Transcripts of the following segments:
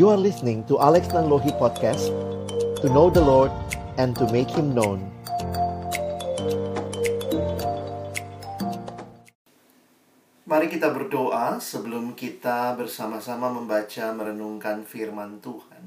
You are listening to Alex Nanlohi Podcast, to know the Lord and to make Him known. Mari kita berdoa sebelum kita bersama-sama membaca merenungkan firman Tuhan.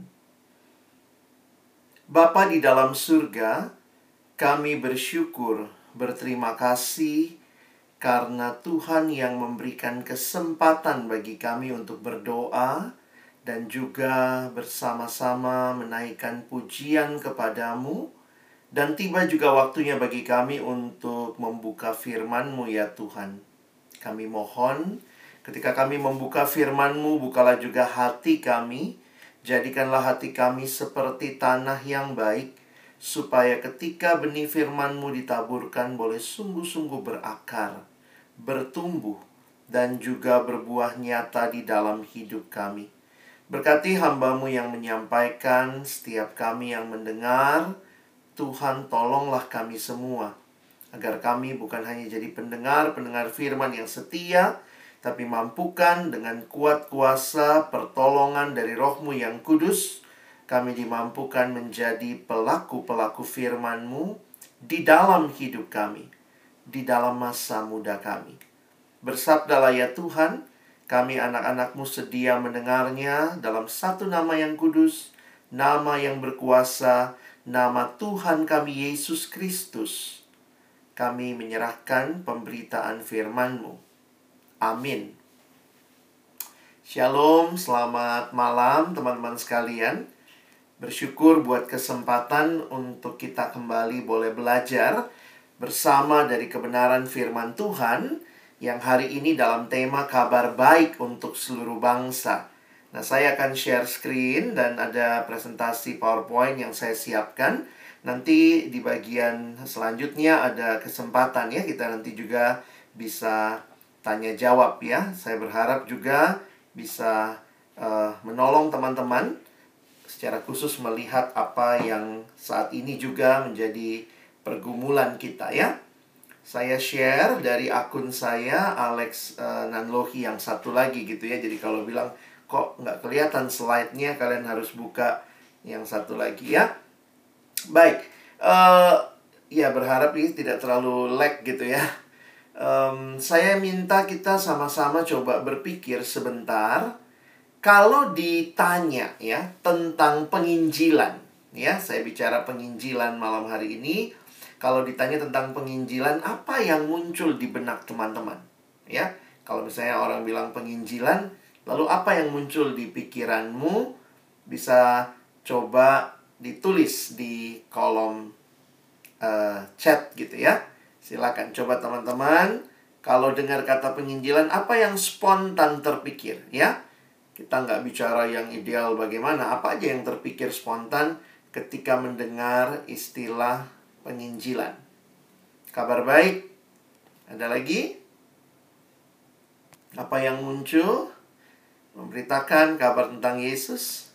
Bapa di dalam surga, kami bersyukur, berterima kasih karena Tuhan yang memberikan kesempatan bagi kami untuk berdoa dan juga bersama-sama menaikkan pujian kepadamu. Dan tiba juga waktunya bagi kami untuk membuka firman-Mu ya Tuhan. Kami mohon, ketika kami membuka firman-Mu, bukalah juga hati kami. Jadikanlah hati kami seperti tanah yang baik, supaya ketika benih firman-Mu ditaburkan boleh sungguh-sungguh berakar, bertumbuh, dan juga berbuah nyata di dalam hidup kami. Berkati hamba-Mu yang menyampaikan, setiap kami yang mendengar. Tuhan, tolonglah kami semua, agar kami bukan hanya jadi pendengar firman yang setia, tapi mampukan dengan kuat kuasa pertolongan dari Roh-Mu yang kudus, kami dimampukan menjadi pelaku-pelaku firman-Mu di dalam hidup kami, di dalam masa muda kami. Bersabdalah ya Tuhan, kami anak-anak-Mu sedia mendengarnya dalam satu nama yang kudus, nama yang berkuasa, nama Tuhan kami Yesus Kristus. Kami menyerahkan pemberitaan firman-Mu. Amin. Shalom, selamat malam teman-teman sekalian. Bersyukur buat kesempatan untuk kita kembali boleh belajar bersama dari kebenaran firman Tuhan yang hari ini dalam tema kabar baik untuk seluruh bangsa. Nah, saya akan share screen dan ada presentasi PowerPoint yang saya siapkan. Nanti di bagian selanjutnya ada kesempatan ya, kita nanti juga bisa tanya jawab ya. Saya berharap juga bisa menolong teman-teman secara khusus melihat apa yang saat ini juga menjadi pergumulan kita ya. Saya share dari akun saya, Alex Nanlohi yang satu lagi gitu ya. Jadi kalau bilang, kok nggak kelihatan slide-nya, kalian harus buka yang satu lagi ya. Baik, ya berharap ini tidak terlalu lag gitu ya. Saya minta kita sama-sama coba berpikir sebentar. Kalau ditanya ya tentang penginjilan, ya saya bicara penginjilan malam hari ini. Kalau ditanya tentang penginjilan, apa yang muncul di benak teman-teman? Ya, kalau misalnya orang bilang penginjilan, lalu apa yang muncul di pikiranmu? Bisa coba ditulis di kolom chat gitu ya. Silakan coba teman-teman. Kalau dengar kata penginjilan, apa yang spontan terpikir ya? Kita nggak bicara yang ideal bagaimana. Apa aja yang terpikir spontan ketika mendengar istilah penginjilan? Kabar baik. Ada lagi? Apa yang muncul? Memberitakan kabar tentang Yesus.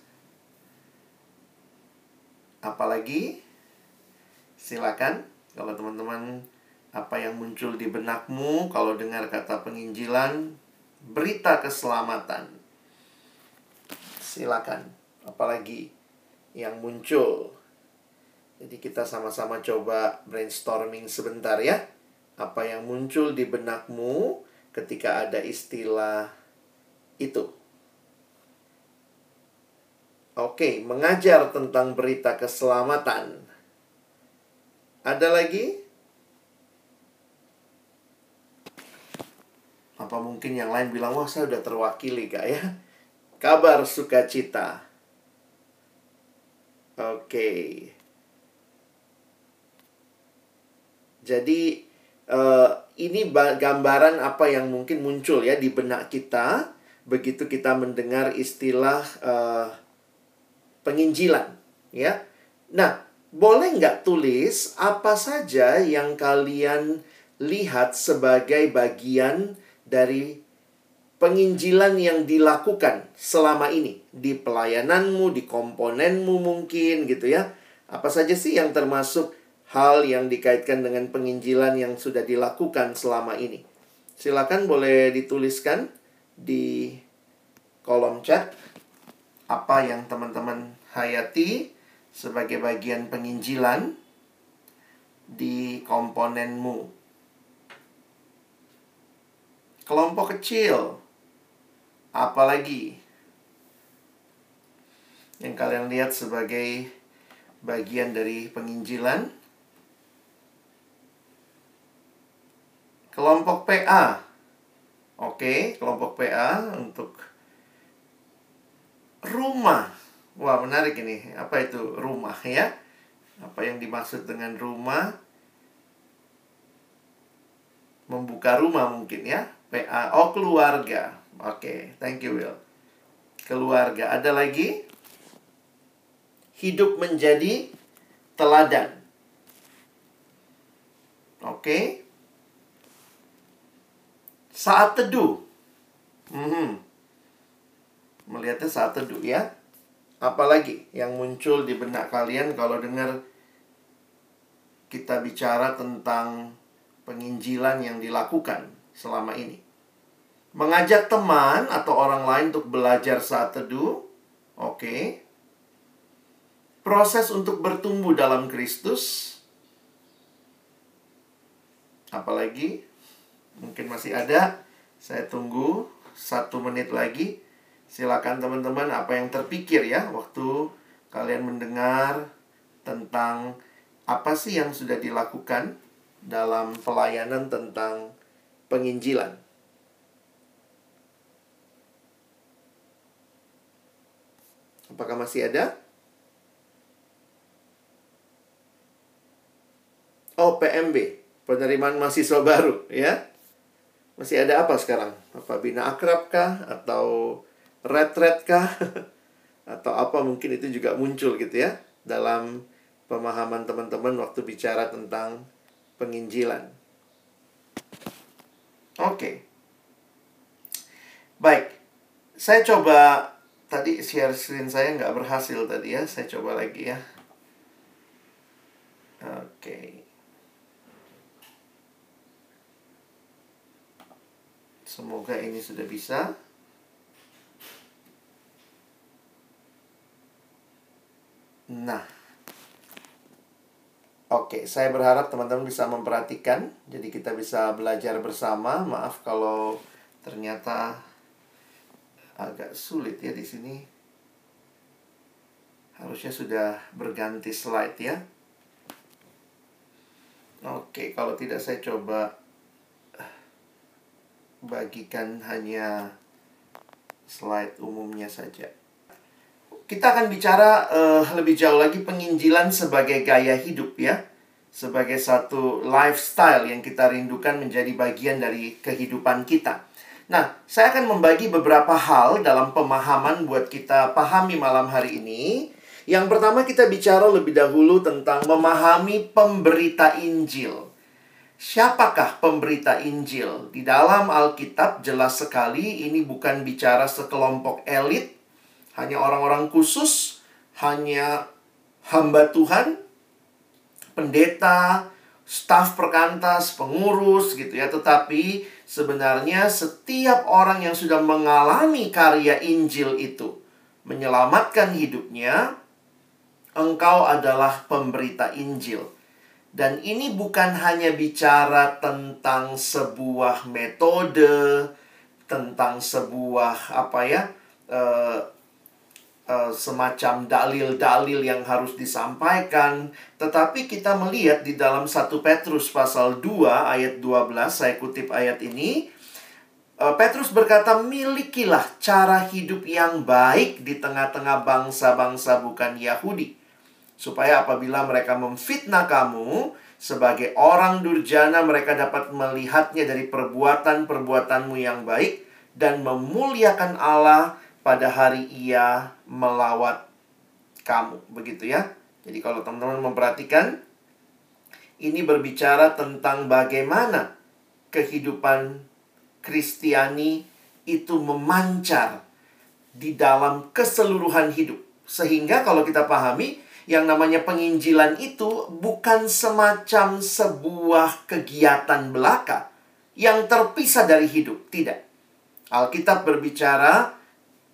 Apalagi? Silakan. Kalau teman-teman, apa yang muncul di benakmu kalau dengar kata penginjilan, berita keselamatan. Silakan. Apalagi yang muncul? Jadi kita sama-sama coba brainstorming sebentar ya. Apa yang muncul di benakmu ketika ada istilah itu? Oke, mengajar tentang berita keselamatan. Ada lagi? Apa mungkin yang lain bilang, wah saya udah terwakili kak ya. Kabar sukacita. Oke. Jadi ini gambaran apa yang mungkin muncul ya di benak kita begitu kita mendengar istilah penginjilan ya. Nah, boleh nggak tulis apa saja yang kalian lihat sebagai bagian dari penginjilan yang dilakukan selama ini di pelayananmu, di komponenmu mungkin gitu ya. Apa saja sih yang termasuk hal yang dikaitkan dengan penginjilan yang sudah dilakukan selama ini? Silakan boleh dituliskan di kolom chat. apa yang teman-teman hayati sebagai bagian penginjilan di komponenmu. Kelompok kecil, apalagi yang kalian lihat sebagai bagian dari penginjilan? Kelompok PA. Oke, kelompok PA untuk rumah. Wah, menarik ini. Apa itu rumah ya? Apa yang dimaksud dengan rumah? Membuka rumah mungkin ya. PA. Oh, keluarga. Oke, thank you, Will. Keluarga. Ada lagi? Hidup menjadi teladan. Oke. Saat teduh. Melihatnya saat teduh ya. Apalagi yang muncul di benak kalian kalau dengar kita bicara tentang penginjilan yang dilakukan selama ini? Mengajak teman atau orang lain untuk belajar saat teduh. Oke. Proses untuk bertumbuh dalam Kristus. Apalagi? Mungkin masih ada. Saya tunggu 1 menit lagi. Silakan teman-teman, apa yang terpikir ya waktu kalian mendengar tentang apa sih yang sudah dilakukan dalam pelayanan tentang penginjilan. Apakah masih ada? Oh, PMB, penerimaan mahasiswa baru ya. Masih ada apa sekarang? Apa Bina Akrab kah? Atau retret kah? Atau apa mungkin itu juga muncul gitu ya dalam pemahaman teman-teman waktu bicara tentang penginjilan. Oke. Baik. Saya coba, tadi share screen saya nggak berhasil tadi ya. Saya coba lagi ya. Oke. Semoga ini sudah bisa. Nah, oke, saya berharap teman-teman bisa memperhatikan. Jadi kita bisa belajar bersama. Maaf kalau ternyata agak sulit ya di sini. Harusnya sudah berganti slide ya. Oke, kalau tidak saya coba bagikan hanya slide umumnya saja. Kita akan bicara lebih jauh lagi penginjilan sebagai gaya hidup ya. Sebagai satu lifestyle yang kita rindukan menjadi bagian dari kehidupan kita. Nah, saya akan membagi beberapa hal dalam pemahaman buat kita pahami malam hari ini. Yang pertama kita bicara lebih dahulu tentang memahami pemberita Injil. Siapakah pemberita Injil? Di dalam Alkitab jelas sekali ini bukan bicara sekelompok elit. Hanya orang-orang khusus, hanya hamba Tuhan, pendeta, staf perkantas, pengurus gitu ya. Tetapi sebenarnya setiap orang yang sudah mengalami karya Injil itu, menyelamatkan hidupnya, engkau adalah pemberita Injil. Dan ini bukan hanya bicara tentang sebuah metode, tentang sebuah semacam dalil-dalil yang harus disampaikan. Tetapi kita melihat di dalam 1 Petrus pasal 2 ayat 12, saya kutip ayat ini. Petrus berkata, milikilah cara hidup yang baik di tengah-tengah bangsa-bangsa bukan Yahudi. Supaya apabila mereka memfitnah kamu sebagai orang durjana, mereka dapat melihatnya dari perbuatan-perbuatanmu yang baik dan memuliakan Allah pada hari Ia melawat kamu. Begitu ya. Jadi kalau teman-teman memperhatikan, ini berbicara tentang bagaimana kehidupan Kristiani itu memancar di dalam keseluruhan hidup. Sehingga kalau kita pahami, yang namanya penginjilan itu bukan semacam sebuah kegiatan belaka yang terpisah dari hidup. Tidak. Alkitab berbicara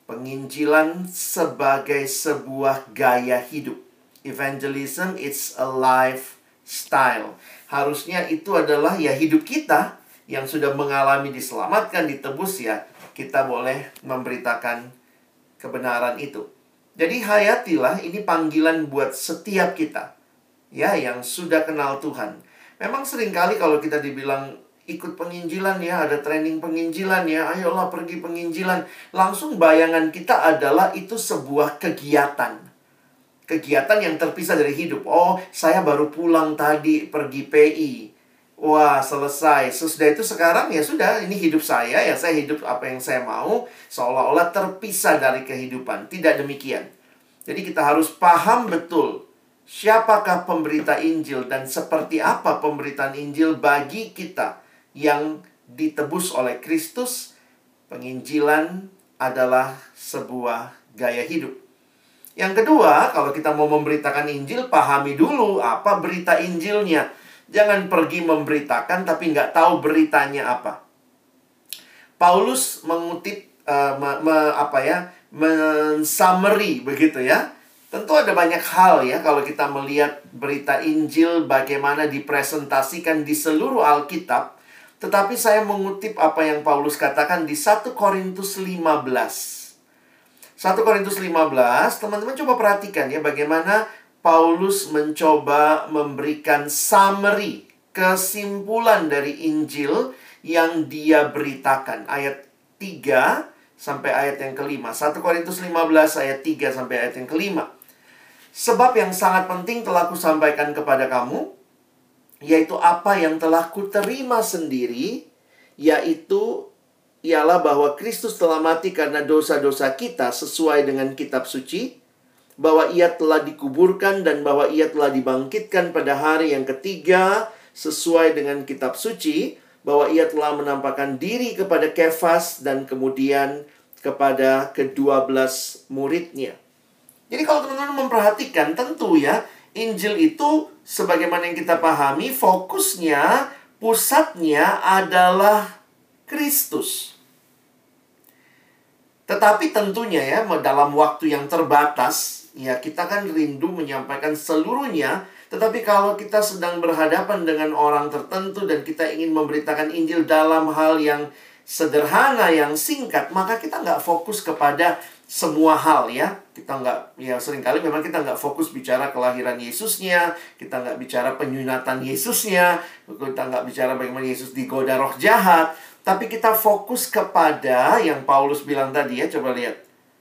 Penginjilan sebagai sebuah gaya hidup. Evangelism, it's a lifestyle. Harusnya itu adalah ya hidup kita yang sudah mengalami diselamatkan, ditebus ya. Kita boleh memberitakan kebenaran itu. Jadi hayatilah, ini panggilan buat setiap kita. Ya, yang sudah kenal Tuhan. Memang seringkali kalau kita dibilang ikut penginjilan ya, ada training penginjilan ya, ayolah pergi penginjilan. Langsung bayangan kita adalah itu sebuah kegiatan. Kegiatan yang terpisah dari hidup. Oh, saya baru pulang tadi pergi PI. Wah, selesai. Sesudah itu sekarang ya sudah, ini hidup saya, ya saya hidup apa yang saya mau. Seolah-olah terpisah dari kehidupan. Tidak demikian. Jadi kita harus paham betul siapakah pemberita Injil dan seperti apa pemberitaan Injil bagi kita yang ditebus oleh Kristus. Penginjilan adalah sebuah gaya hidup. Yang kedua, kalau kita mau memberitakan Injil, pahami dulu apa berita Injilnya. Jangan pergi memberitakan tapi nggak tahu beritanya apa. Paulus mengutip, men-summary begitu ya. Tentu ada banyak hal ya kalau kita melihat berita Injil bagaimana dipresentasikan di seluruh Alkitab. Tetapi saya mengutip apa yang Paulus katakan di 1 Korintus 15. 1 Korintus 15, teman-teman coba perhatikan ya bagaimana Paulus mencoba memberikan summary, kesimpulan dari Injil yang dia beritakan. Ayat 3 sampai ayat yang kelima. 1 Korintus 15 ayat 3 sampai ayat yang kelima. Sebab yang sangat penting telah kusampaikan kepada kamu, yaitu apa yang telah kuterima sendiri, yaitu ialah bahwa Kristus telah mati karena dosa-dosa kita sesuai dengan kitab suci, bahwa ia telah dikuburkan dan bahwa ia telah dibangkitkan pada hari yang ketiga sesuai dengan kitab suci, bahwa ia telah menampakkan diri kepada Kefas dan kemudian kepada ke-12 muridnya. Jadi kalau teman-teman memperhatikan, tentu ya, Injil itu sebagaimana yang kita pahami, fokusnya, pusatnya adalah Kristus. Tetapi tentunya ya, dalam waktu yang terbatas, ya kita kan rindu menyampaikan seluruhnya. Tetapi kalau kita sedang berhadapan dengan orang tertentu dan kita ingin memberitakan Injil dalam hal yang sederhana, yang singkat, maka kita nggak fokus kepada semua hal ya. Kita nggak, ya seringkali memang kita nggak fokus bicara kelahiran Yesusnya, kita nggak bicara penyunatan Yesusnya, kita nggak bicara bagaimana Yesus digoda roh jahat. Tapi kita fokus kepada yang Paulus bilang tadi ya, coba lihat.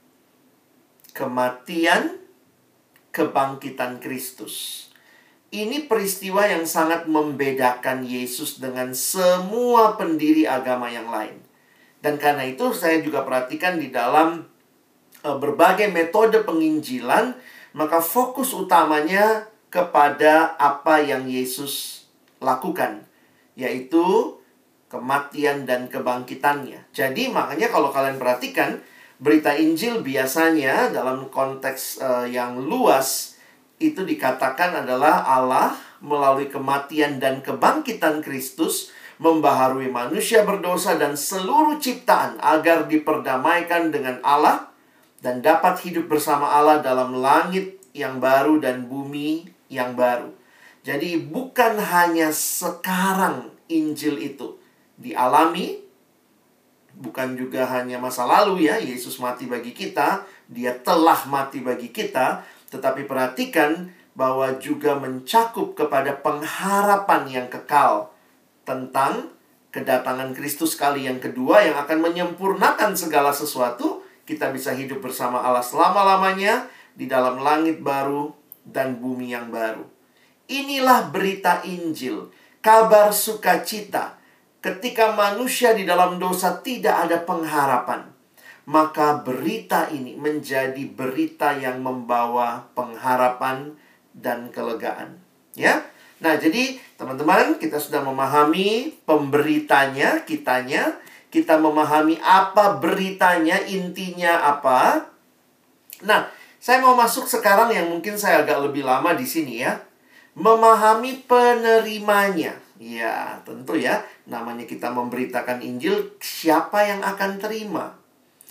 Kematian, kebangkitan Kristus. Ini peristiwa yang sangat membedakan Yesus dengan semua pendiri agama yang lain. Dan karena itu saya juga perhatikan di dalam berbagai metode penginjilan, maka fokus utamanya kepada apa yang Yesus lakukan, yaitu kematian dan kebangkitannya. Jadi makanya kalau kalian perhatikan, berita Injil biasanya dalam konteks yang luas itu dikatakan adalah Allah melalui kematian dan kebangkitan Kristus membaharui manusia berdosa dan seluruh ciptaan agar diperdamaikan dengan Allah dan dapat hidup bersama Allah dalam langit yang baru dan bumi yang baru. Jadi bukan hanya sekarang Injil itu dialami, bukan juga hanya masa lalu ya, Yesus mati bagi kita, dia telah mati bagi kita, tetapi perhatikan bahwa juga mencakup kepada pengharapan yang kekal tentang kedatangan Kristus kali yang kedua yang akan menyempurnakan segala sesuatu. Kita bisa hidup bersama Allah selama-lamanya di dalam langit baru dan bumi yang baru. Inilah berita Injil, kabar sukacita. Ketika manusia di dalam dosa tidak ada pengharapan, maka berita ini menjadi berita yang membawa pengharapan dan kelegaan. Ya. Nah, jadi teman-teman, kita sudah memahami pemberitanya, kita memahami apa beritanya, intinya apa. Nah, saya mau masuk sekarang yang mungkin saya agak lebih lama di sini ya. Memahami penerimanya. Ya, tentu ya. Namanya kita memberitakan Injil, siapa yang akan terima?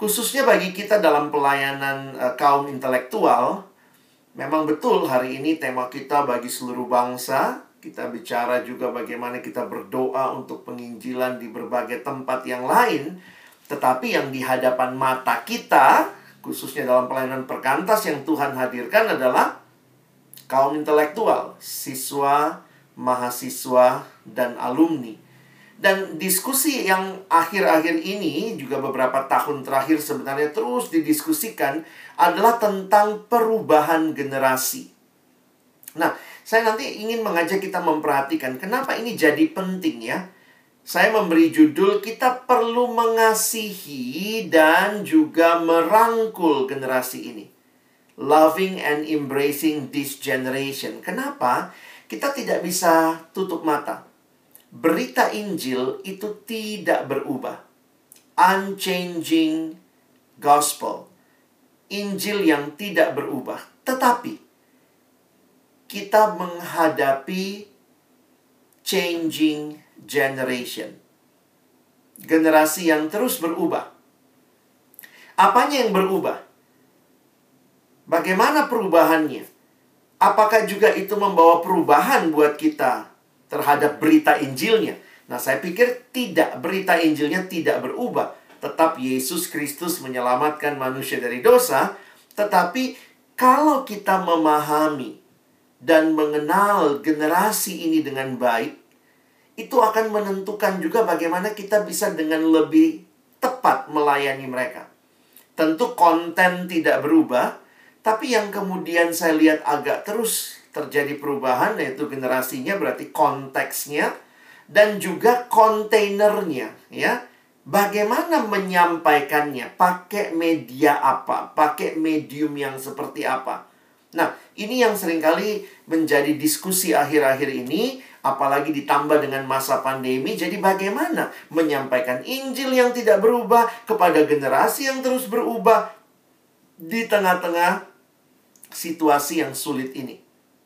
Khususnya bagi kita dalam pelayanan kaum intelektual, memang betul hari ini tema kita bagi seluruh bangsa. Kita bicara juga bagaimana kita berdoa untuk penginjilan di berbagai tempat yang lain. Tetapi yang di hadapan mata kita, khususnya dalam pelayanan perkantas yang Tuhan hadirkan adalah kaum intelektual, siswa, mahasiswa, dan alumni. Dan diskusi yang akhir-akhir ini, juga beberapa tahun terakhir sebenarnya terus didiskusikan, adalah tentang perubahan generasi. Nah, saya nanti ingin mengajak kita memperhatikan kenapa ini jadi penting ya. Saya memberi judul, kita perlu mengasihi dan juga merangkul generasi ini. Loving and embracing this generation. Kenapa? Kita tidak bisa tutup mata. Berita Injil itu tidak berubah. Unchanging gospel. Injil yang tidak berubah. Tetapi kita menghadapi changing generation. Generasi yang terus berubah. Apanya yang berubah? Bagaimana perubahannya? Apakah juga itu membawa perubahan buat kita terhadap berita Injilnya? Nah, saya pikir tidak. Berita Injilnya tidak berubah. Tetap Yesus Kristus menyelamatkan manusia dari dosa. Tetapi kalau kita memahami dan mengenal generasi ini dengan baik, itu akan menentukan juga bagaimana kita bisa dengan lebih tepat melayani mereka. Tentu konten tidak berubah, tapi yang kemudian saya lihat agak terus terjadi perubahan, yaitu generasinya, berarti konteksnya, dan juga kontainernya, ya. Bagaimana menyampaikannya, pakai media apa, pakai medium yang seperti apa. Nah, ini yang seringkali menjadi diskusi akhir-akhir ini, apalagi ditambah dengan masa pandemi. Jadi bagaimana menyampaikan Injil yang tidak berubah kepada generasi yang terus berubah di tengah-tengah situasi yang sulit ini.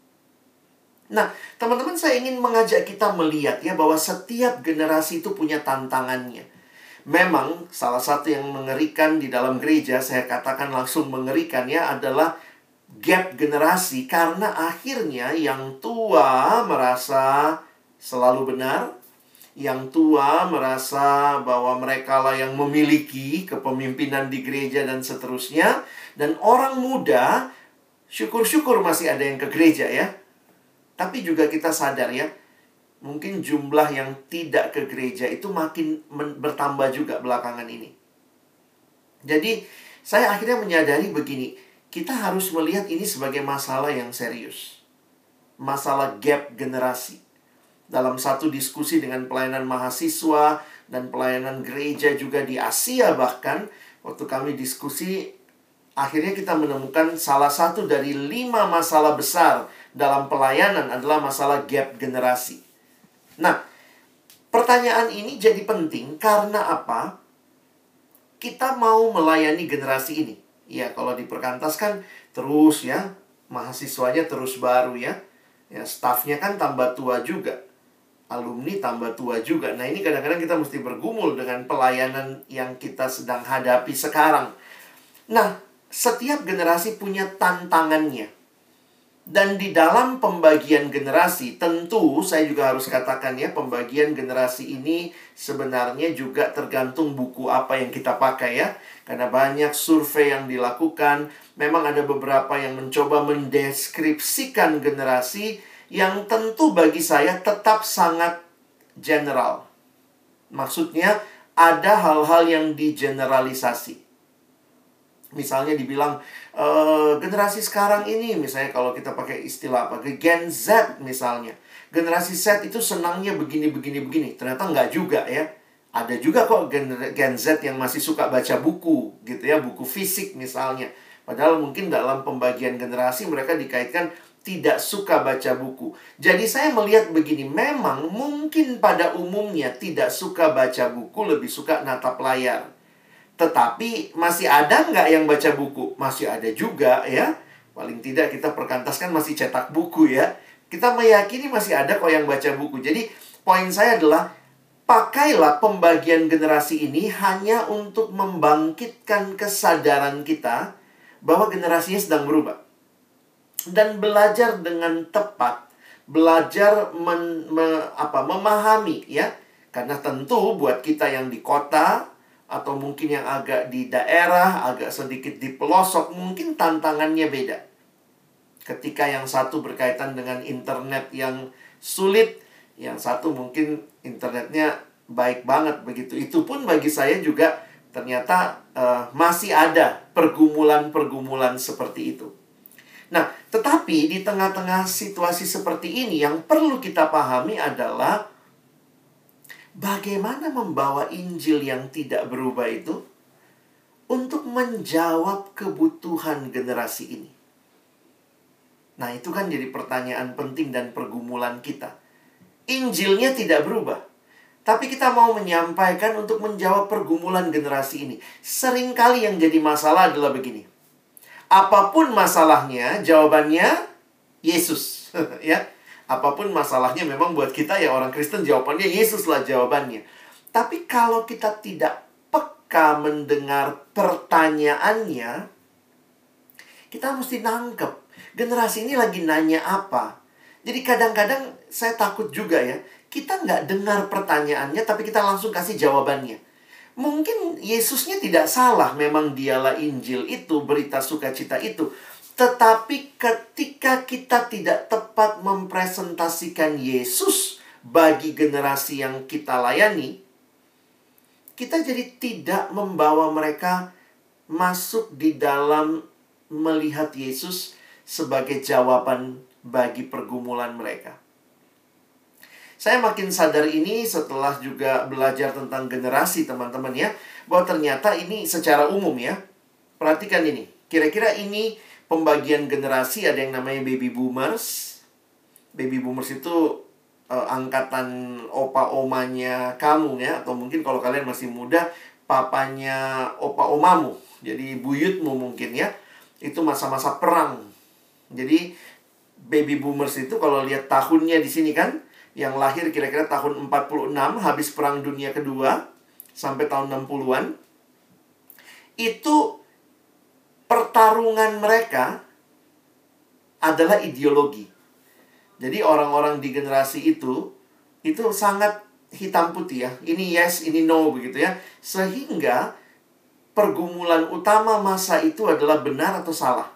Nah, teman-teman, saya ingin mengajak kita melihat ya bahwa setiap generasi itu punya tantangannya. Memang salah satu yang mengerikan di dalam gereja, saya katakan langsung mengerikan ya, adalah gap generasi. Karena akhirnya yang tua merasa selalu benar, yang tua merasa bahwa mereka lah yang memiliki kepemimpinan di gereja dan seterusnya. Dan orang muda, syukur-syukur masih ada yang ke gereja ya. Tapi juga kita sadar ya, mungkin jumlah yang tidak ke gereja itu makin bertambah juga belakangan ini. Jadi, saya akhirnya menyadari begini, kita harus melihat ini sebagai masalah yang serius. Masalah gap generasi. Dalam satu diskusi dengan pelayanan mahasiswa dan pelayanan gereja juga di Asia bahkan, waktu kami diskusi, akhirnya kita menemukan salah satu dari 5 masalah besar dalam pelayanan adalah masalah gap generasi. Nah, pertanyaan ini jadi penting karena apa? Kita mau melayani generasi ini. Ya, kalau di perkantas kan terus ya, mahasiswanya terus baru ya. Ya, stafnya kan tambah tua juga. Alumni tambah tua juga. Nah, ini kadang-kadang kita mesti bergumul dengan pelayanan yang kita sedang hadapi sekarang. Nah, setiap generasi punya tantangannya. Dan di dalam pembagian generasi, tentu saya juga harus katakan ya, pembagian generasi ini sebenarnya juga tergantung buku apa yang kita pakai ya. Karena banyak survei yang dilakukan, memang ada beberapa yang mencoba mendeskripsikan generasi yang tentu bagi saya tetap sangat general. Maksudnya ada hal-hal yang digeneralisasi. Misalnya dibilang generasi sekarang ini, misalnya kalau kita pakai istilah apa, Gen Z misalnya, generasi Z itu senangnya begini. Ternyata nggak juga ya. Ada juga kok Gen Z yang masih suka baca buku gitu ya, buku fisik misalnya. Padahal mungkin dalam pembagian generasi mereka dikaitkan tidak suka baca buku. Jadi saya melihat begini, memang mungkin pada umumnya tidak suka baca buku, lebih suka natap layar. Tetapi masih ada nggak yang baca buku? Masih ada juga ya. Paling tidak kita perkantas kan masih cetak buku ya. Kita meyakini masih ada kok yang baca buku. Jadi poin saya adalah pakailah pembagian generasi ini hanya untuk membangkitkan kesadaran kita bahwa generasinya sedang berubah. Dan belajar dengan tepat, belajar memahami ya. Karena tentu buat kita yang di kota atau mungkin yang agak di daerah, agak sedikit di pelosok, mungkin tantangannya beda. Ketika yang satu berkaitan dengan internet yang sulit, yang satu mungkin internetnya baik banget begitu. Itu pun bagi saya juga ternyata masih ada pergumulan-pergumulan seperti itu. Nah, tetapi di tengah-tengah situasi seperti ini yang perlu kita pahami adalah bagaimana membawa Injil yang tidak berubah itu untuk menjawab kebutuhan generasi ini. Nah, itu kan jadi pertanyaan penting dan pergumulan kita. Injilnya tidak berubah, tapi kita mau menyampaikan untuk menjawab pergumulan generasi ini. Seringkali yang jadi masalah adalah begini. Apapun masalahnya, jawabannya Yesus. Ya, apapun masalahnya memang buat kita ya orang Kristen jawabannya Yesuslah jawabannya. Tapi kalau kita tidak peka mendengar pertanyaannya, kita mesti nangkep generasi ini lagi nanya apa. Jadi kadang-kadang saya takut juga ya, kita nggak dengar pertanyaannya tapi kita langsung kasih jawabannya. Mungkin Yesusnya tidak salah, memang dialah Injil itu, berita sukacita itu. Tetapi ketika kita tidak tepat mempresentasikan Yesus bagi generasi yang kita layani, kita jadi tidak membawa mereka masuk di dalam melihat Yesus sebagai jawaban bagi pergumulan mereka. Saya makin sadar ini setelah juga belajar tentang generasi, teman-teman ya. Bahwa ternyata ini secara umum ya. Perhatikan ini. Kira-kira ini pembagian generasi, ada yang namanya baby boomers. Baby boomers itu angkatan opa-omanya kamu ya. Atau mungkin kalau kalian masih muda, papanya opa-omamu. Jadi buyutmu mungkin ya. Itu masa-masa perang. Jadi baby boomers itu kalau lihat tahunnya di sini kan, yang lahir kira-kira tahun 46, habis Perang Dunia Kedua, sampai tahun 60-an. Itu pertarungan mereka adalah ideologi. Jadi orang-orang di generasi itu sangat hitam putih ya. Ini yes, ini no begitu ya. Sehingga pergumulan utama masa itu adalah benar atau salah.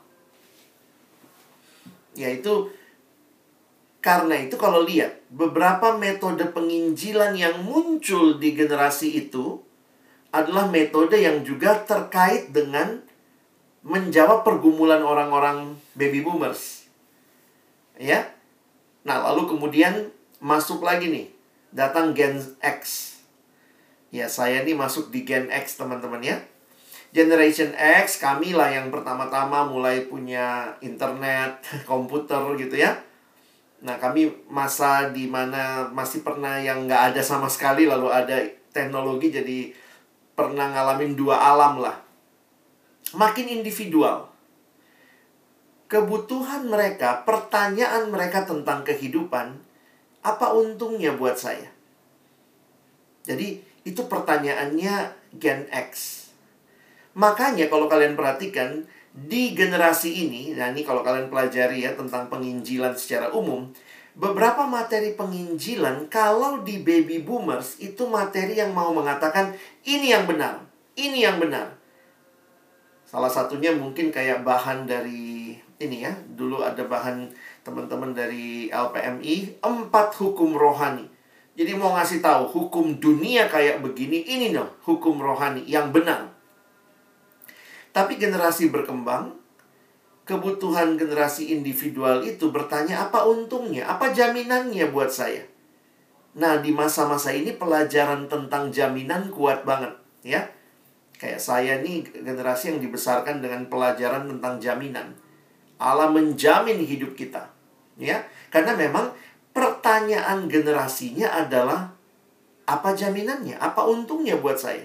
Yaitu karena itu kalau lihat beberapa metode penginjilan yang muncul di generasi itu adalah metode yang juga terkait dengan menjawab pergumulan orang-orang baby boomers. Ya. Nah, lalu kemudian masuk lagi nih, datang Gen X. Ya, saya nih masuk di Gen X, teman-teman ya. Generation X, kamilah yang pertama-tama mulai punya internet, komputer gitu ya. Nah, kami masa di mana masih pernah yang nggak ada sama sekali, lalu ada teknologi, jadi pernah ngalamin dua alam lah. Makin individual. Kebutuhan mereka, pertanyaan mereka tentang kehidupan, apa untungnya buat saya? Jadi, itu pertanyaannya Gen X. Makanya kalau kalian perhatikan, di generasi ini, nah ini kalau kalian pelajari ya tentang penginjilan secara umum, beberapa materi penginjilan kalau di baby boomers itu materi yang mau mengatakan ini yang benar, ini yang benar. Salah satunya mungkin kayak bahan dari ini ya, dulu ada bahan teman-teman dari LPMI, 4 hukum rohani. Jadi mau ngasih tahu hukum dunia kayak begini, ini loh hukum rohani yang benar. Tapi generasi berkembang, kebutuhan generasi individual itu bertanya apa untungnya, apa jaminannya buat saya. Nah, di masa-masa ini pelajaran tentang jaminan kuat banget, ya. Kayak saya nih generasi yang dibesarkan dengan pelajaran tentang jaminan. Allah menjamin hidup kita, ya. Karena memang pertanyaan generasinya adalah apa jaminannya, apa untungnya buat saya.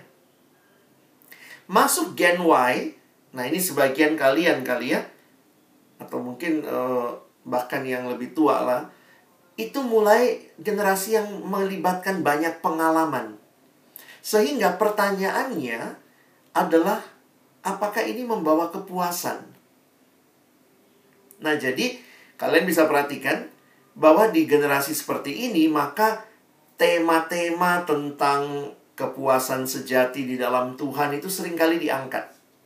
Masuk Gen Y, nah ini sebagian kalian kali ya, atau mungkin bahkan yang lebih tua lah. itu mulai generasi yang melibatkan banyak pengalaman. Sehingga pertanyaannya adalah, apakah ini membawa kepuasan? Nah, jadi kalian bisa perhatikan bahwa di generasi seperti ini, maka tema-tema tentang kepuasan sejati di dalam Tuhan itu seringkali diangkat.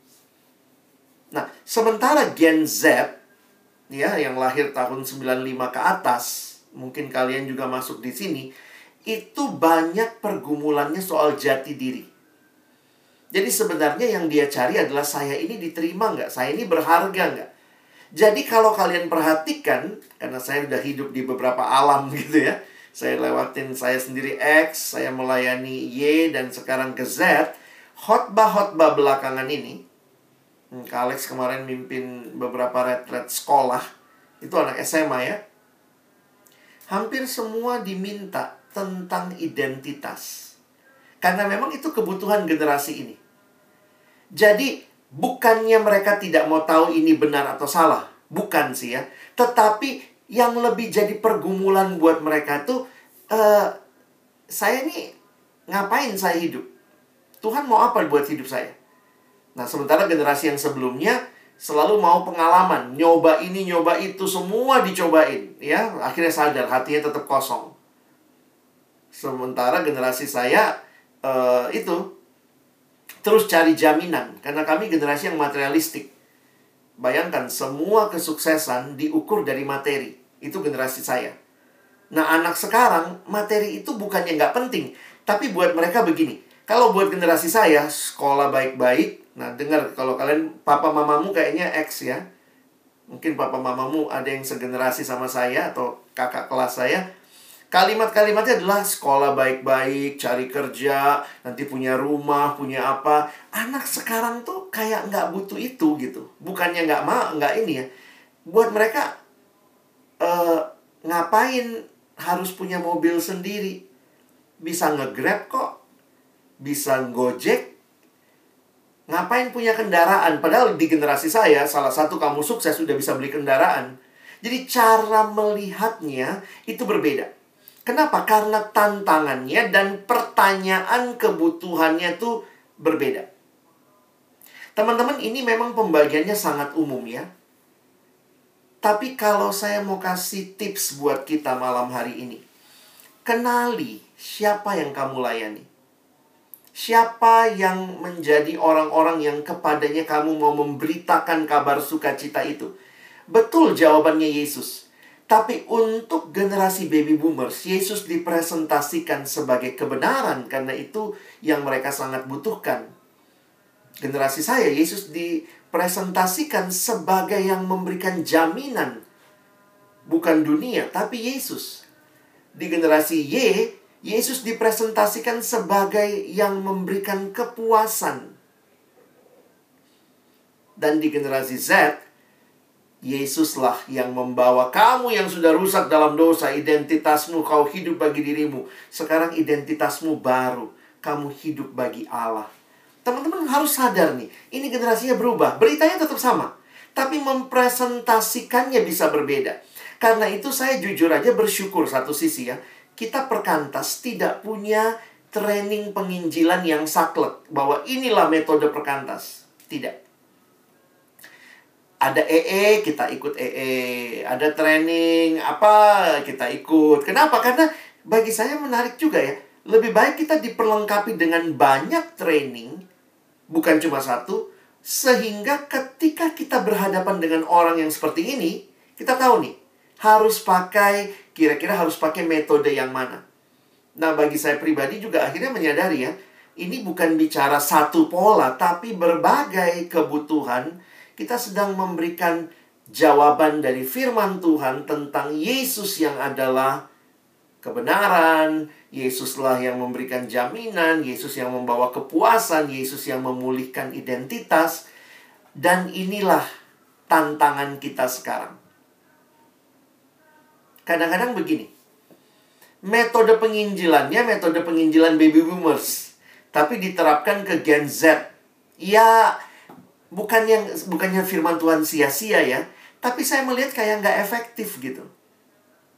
Nah, sementara Gen Z, ya, yang lahir tahun 95 ke atas, mungkin kalian juga masuk di sini, itu banyak pergumulannya soal jati diri. Jadi sebenarnya yang dia cari adalah, saya ini diterima nggak? Saya ini berharga nggak? Jadi kalau kalian perhatikan, karena saya udah hidup di beberapa alam gitu ya, saya lewatin saya sendiri X, saya melayani Y, dan sekarang ke Z. Khotbah-khotbah belakangan ini, Kak Alex kemarin mimpin beberapa retret sekolah, itu anak SMA ya, hampir semua diminta tentang identitas. Karena memang itu kebutuhan generasi ini. Jadi, bukannya mereka tidak mau tahu ini benar atau salah. Bukan sih ya. Tetapi yang lebih jadi pergumulan buat mereka tuh, saya ini ngapain saya hidup? Tuhan mau apa buat hidup saya? Nah, sementara generasi yang sebelumnya selalu mau pengalaman. Nyoba ini, nyoba itu, semua dicobain. Ya, akhirnya sadar, hatinya tetap kosong. Sementara generasi saya, itu terus cari jaminan, karena kami generasi yang materialistik. Bayangkan, semua kesuksesan diukur dari materi. Itu generasi saya. Nah, anak sekarang, materi itu bukannya nggak penting, tapi buat mereka begini. Kalau buat generasi saya, sekolah baik-baik. Nah, dengar, kalau kalian, papa mamamu kayaknya X ya. Mungkin papa mamamu ada yang segenerasi sama saya, atau kakak kelas saya. Kalimat-kalimatnya adalah sekolah baik-baik, cari kerja, nanti punya rumah, punya apa. Anak sekarang tuh kayak nggak butuh itu gitu. Bukannya nggak ini ya. Buat mereka, ngapain harus punya mobil sendiri? Bisa nge-Grab kok. Bisa Gojek. Ngapain punya kendaraan? Padahal di generasi saya, salah satu kamu sukses sudah bisa beli kendaraan. Jadi cara melihatnya itu berbeda. Kenapa? Karena tantangannya dan pertanyaan kebutuhannya itu berbeda. Teman-teman, ini memang pembagiannya sangat umum ya. Tapi kalau saya mau kasih tips buat kita malam hari ini, kenali siapa yang kamu layani. Siapa yang menjadi orang-orang yang kepadanya kamu mau memberitakan kabar sukacita itu. Betul jawabannya Yesus. Tapi untuk generasi baby boomers, Yesus dipresentasikan sebagai kebenaran, karena itu yang mereka sangat butuhkan. Generasi saya, Yesus dipresentasikan sebagai yang memberikan jaminan. Bukan dunia, tapi Yesus. Di generasi Y, Yesus dipresentasikan sebagai yang memberikan kepuasan. Dan di generasi Z, Yesuslah yang membawa kamu yang sudah rusak dalam dosa, identitasmu, kau hidup bagi dirimu. Sekarang identitasmu baru, kamu hidup bagi Allah. Teman-teman harus sadar nih, ini generasinya berubah. Beritanya tetap sama, tapi mempresentasikannya bisa berbeda. Karena itu saya jujur aja bersyukur satu sisi ya. Kita perkantas tidak punya training penginjilan yang saklek, bahwa inilah metode perkantas. Tidak. Ada EE, kita ikut EE. Ada training, apa, kita ikut. Kenapa? Karena bagi saya menarik juga ya. Lebih baik kita diperlengkapi dengan banyak training, bukan cuma satu, sehingga ketika kita berhadapan dengan orang yang seperti ini, kita tahu nih, kira-kira harus pakai metode yang mana. Nah, bagi saya pribadi juga akhirnya menyadari ya, ini bukan bicara satu pola, tapi berbagai kebutuhan. Kita sedang memberikan jawaban dari firman Tuhan tentang Yesus yang adalah kebenaran. Yesuslah yang memberikan jaminan. Yesus yang membawa kepuasan. Yesus yang memulihkan identitas. Dan inilah tantangan kita sekarang. Kadang-kadang begini. Metode penginjilannya metode penginjilan baby boomers. Tapi diterapkan ke Gen Z. Ya, bukannya firman Tuhan sia-sia ya, tapi saya melihat kayak nggak efektif gitu.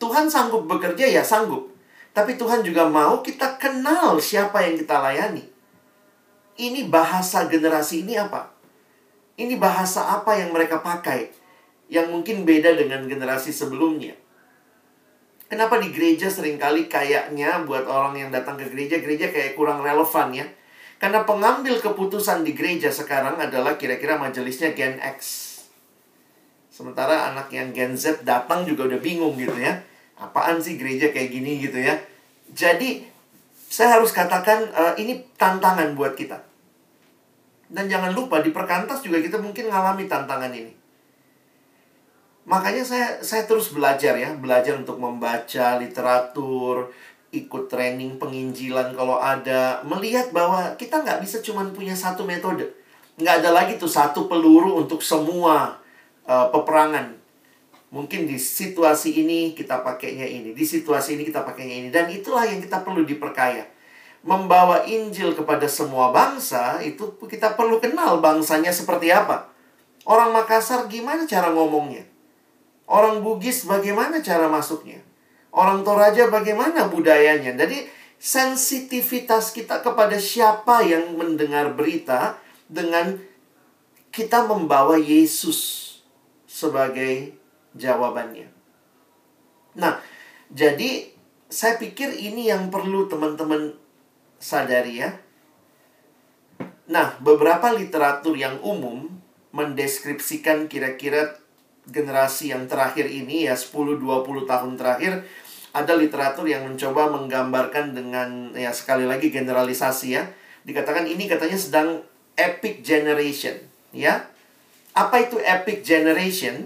Tuhan sanggup bekerja, ya sanggup. Tapi Tuhan juga mau kita kenal siapa yang kita layani. Ini bahasa generasi ini apa? Ini bahasa apa yang mereka pakai? Yang mungkin beda dengan generasi sebelumnya. Kenapa di gereja seringkali kayaknya buat orang yang datang ke gereja, gereja kayak kurang relevan ya. Karena pengambil keputusan di gereja sekarang adalah kira-kira majelisnya Gen X. Sementara anak yang Gen Z datang juga udah bingung gitu ya. Apaan sih gereja kayak gini gitu ya. Jadi, saya harus katakan ini tantangan buat kita. Dan jangan lupa di perkantas juga kita mungkin ngalami tantangan ini. Makanya saya terus belajar ya. Belajar untuk membaca literatur, ikut training penginjilan kalau ada. Melihat bahwa kita nggak bisa cuma punya satu metode. Nggak ada lagi tuh satu peluru untuk semua peperangan. Mungkin di situasi ini kita pakainya ini, di situasi ini kita pakainya ini. Dan itulah yang kita perlu diperkaya. Membawa Injil kepada semua bangsa, itu kita perlu kenal bangsanya seperti apa. Orang Makassar gimana cara ngomongnya? Orang Bugis bagaimana cara masuknya? Orang Toraja bagaimana budayanya? Jadi sensitivitas kita kepada siapa yang mendengar berita dengan kita membawa Yesus sebagai jawabannya. Nah, jadi saya pikir ini yang perlu teman-teman sadari ya. Nah, beberapa literatur yang umum mendeskripsikan kira-kira generasi yang terakhir ini ya 10-20 tahun terakhir. Ada literatur yang mencoba menggambarkan dengan ya sekali lagi generalisasi ya. Dikatakan ini katanya sedang epic generation ya. Apa itu epic generation?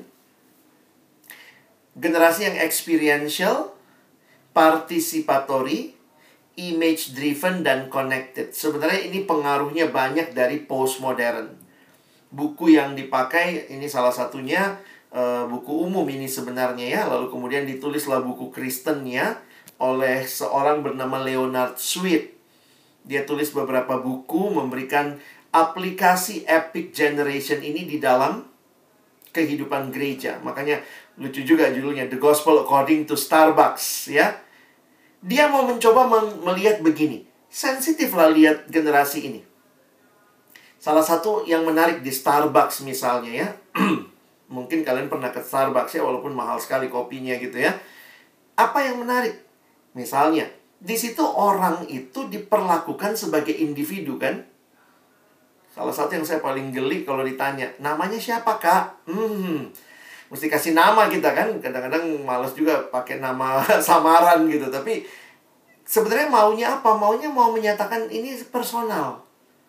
Generasi yang experiential, participatory, image driven, dan connected. Sebenarnya ini pengaruhnya banyak dari postmodern. Buku yang dipakai, ini salah satunya buku umum ini sebenarnya ya. Lalu kemudian ditulislah buku Kristennya oleh seorang bernama Leonard Sweet. Dia tulis beberapa buku memberikan aplikasi epic generation ini di dalam kehidupan gereja. Makanya lucu juga judulnya The Gospel According to Starbucks ya. Dia mau mencoba melihat begini. Sensitif lah lihat generasi ini. Salah satu yang menarik di Starbucks misalnya ya. Mungkin kalian pernah ke Starbucks ya, walaupun mahal sekali kopinya gitu ya. Apa yang menarik? Misalnya, di situ orang itu diperlakukan sebagai individu kan. Salah satu yang saya paling geli kalau ditanya, namanya siapa kak? Mesti kasih nama kita kan. Kadang-kadang malas juga pakai nama samaran gitu. Tapi sebenarnya maunya apa? Maunya mau menyatakan ini personal.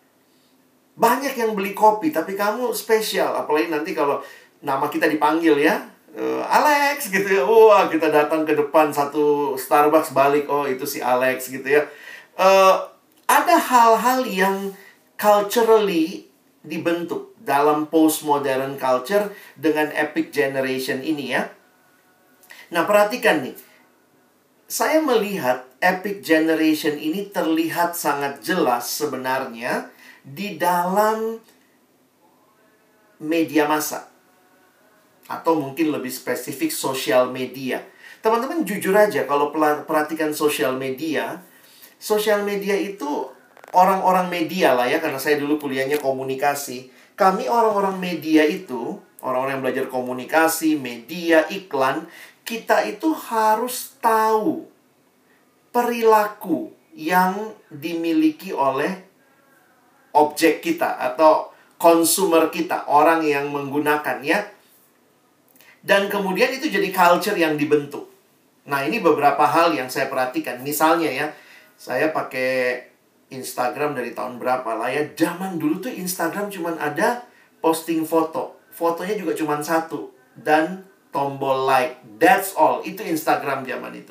Banyak yang beli kopi, tapi kamu spesial. Apalagi nanti kalau nama kita dipanggil ya, Alex gitu ya. Wah, kita datang ke depan satu Starbucks, balik, oh itu si Alex gitu ya. Ada hal-hal yang culturally dibentuk dalam postmodern culture dengan epic generation ini ya. Nah, perhatikan nih. Saya melihat epic generation ini terlihat sangat jelas sebenarnya di dalam media massa. Atau mungkin lebih spesifik sosial media. Teman-teman jujur aja kalau perhatikan sosial media itu orang-orang media lah ya, karena saya dulu kuliahnya komunikasi. Kami orang-orang media itu, orang-orang yang belajar komunikasi, media, iklan, kita itu harus tahu perilaku yang dimiliki oleh objek kita atau consumer kita, orang yang menggunakannya. Dan kemudian itu jadi culture yang dibentuk. Nah, ini beberapa hal yang saya perhatikan. Misalnya ya, saya pakai Instagram dari tahun berapa lah ya. Zaman dulu tuh Instagram cuman ada posting foto. Fotonya juga cuman satu. Dan tombol like. That's all. Itu Instagram zaman itu.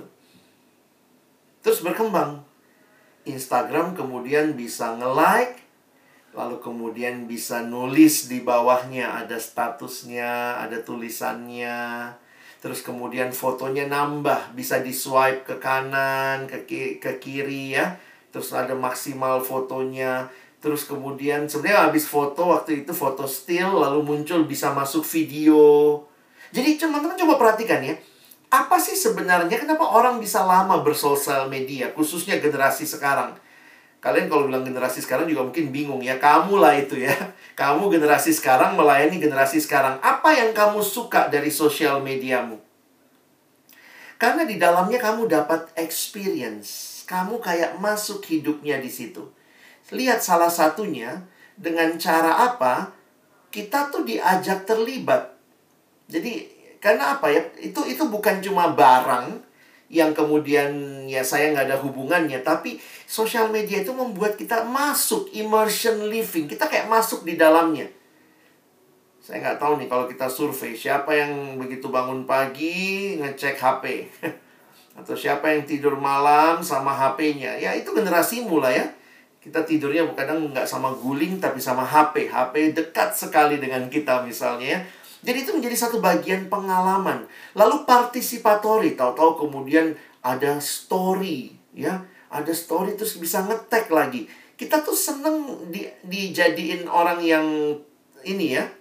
Terus berkembang. Instagram kemudian bisa nge-like. Lalu kemudian bisa nulis di bawahnya. Ada statusnya, ada tulisannya. Terus kemudian fotonya nambah. Bisa di-swipe ke kanan, ke kiri ya. Terus ada maksimal fotonya. Terus kemudian sebenarnya habis foto waktu itu foto still, lalu muncul bisa masuk video. Jadi teman-teman coba perhatikan ya. Apa sih sebenarnya, kenapa orang bisa lama bersosial media, khususnya generasi sekarang? Kalian kalau bilang generasi sekarang juga mungkin bingung ya. Kamu lah itu ya. Kamu generasi sekarang melayani generasi sekarang. Apa yang kamu suka dari sosial mediamu? Karena di dalamnya kamu dapat experience. Kamu kayak masuk hidupnya di situ. Lihat salah satunya, dengan cara apa kita tuh diajak terlibat. Jadi karena apa ya? Itu bukan cuma barang yang kemudian ya saya nggak ada hubungannya, tapi sosial media itu membuat kita masuk immersion living. Kita kayak masuk di dalamnya. Saya nggak tahu nih kalau kita survei siapa yang begitu bangun pagi ngecek HP atau siapa yang tidur malam sama HP-nya. Ya itu generasimu lah ya. Kita tidurnya kadang nggak sama guling tapi sama HP. HP dekat sekali dengan kita misalnya ya. Jadi itu menjadi satu bagian pengalaman. Lalu partisipatori, tahu-tahu kemudian ada story, ya. Ada story terus bisa ngetek lagi. Kita tuh seneng dijadiin orang yang ini ya,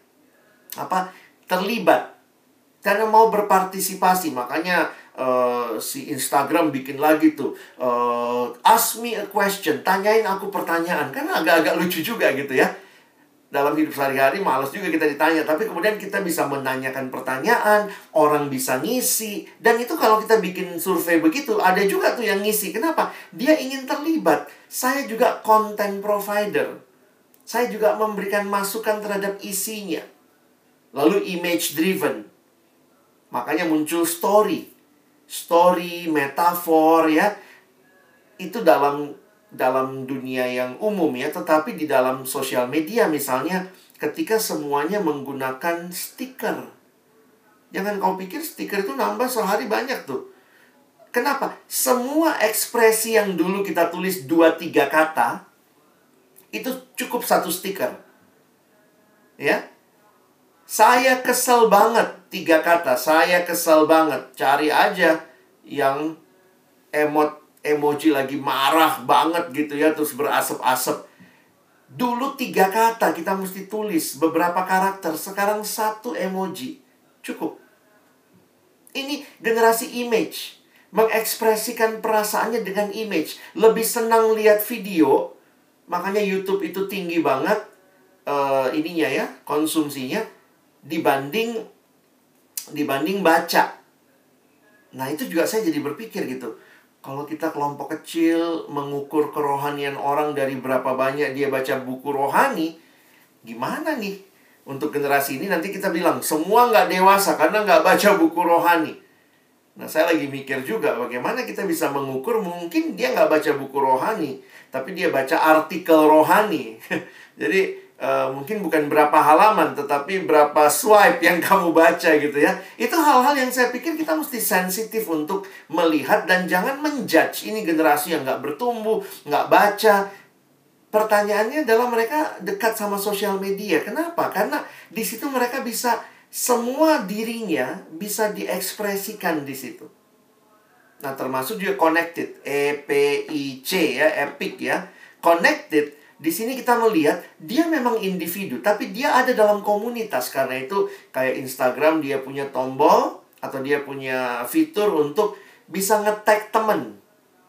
terlibat. Karena mau berpartisipasi. Makanya si Instagram bikin lagi tuh, ask me a question, tanyain aku pertanyaan. Karena agak-agak lucu juga gitu ya. Dalam hidup sehari-hari malas juga kita ditanya, tapi kemudian kita bisa menanyakan pertanyaan, orang bisa ngisi. Dan itu kalau kita bikin survei begitu, ada juga tuh yang ngisi. Kenapa? Dia ingin terlibat. Saya juga content provider. Saya juga memberikan masukan terhadap isinya. Lalu image driven. Makanya muncul story. Story, metafor ya. Itu dalam dunia yang umum ya, tetapi di dalam sosial media misalnya ketika semuanya menggunakan stiker. Jangan kau pikir stiker itu nambah sehari banyak tuh. Kenapa? Semua ekspresi yang dulu kita tulis 2-3 kata itu cukup satu stiker. Ya. Saya kesel banget, 3 kata. Saya kesel banget. Cari aja yang emoji lagi marah banget gitu ya, terus berasap-asap. Dulu 3 kata kita mesti tulis, beberapa karakter. Sekarang 1 emoji cukup. Ini generasi image, mengekspresikan perasaannya dengan image. Lebih senang lihat video. Makanya YouTube itu tinggi banget ininya ya, konsumsinya dibanding baca. Nah itu juga saya jadi berpikir gitu. Kalau kita kelompok kecil mengukur kerohanian orang dari berapa banyak dia baca buku rohani, gimana nih? Untuk generasi ini nanti kita bilang, semua nggak dewasa karena nggak baca buku rohani. Nah, saya lagi mikir juga bagaimana kita bisa mengukur, mungkin dia nggak baca buku rohani, tapi dia baca artikel rohani. Jadi, mungkin bukan berapa halaman, tetapi berapa swipe yang kamu baca gitu ya. Itu hal-hal yang saya pikir kita mesti sensitif untuk melihat dan jangan menjudge. Ini generasi yang nggak bertumbuh, nggak baca. Pertanyaannya adalah mereka dekat sama sosial media. Kenapa? Karena di situ mereka bisa, semua dirinya bisa diekspresikan di situ. Nah, termasuk juga connected, EPIC ya, epic ya. Connected. Di sini kita melihat dia memang individu, tapi dia ada dalam komunitas. Karena itu kayak Instagram dia punya tombol atau dia punya fitur untuk bisa nge-tag temen.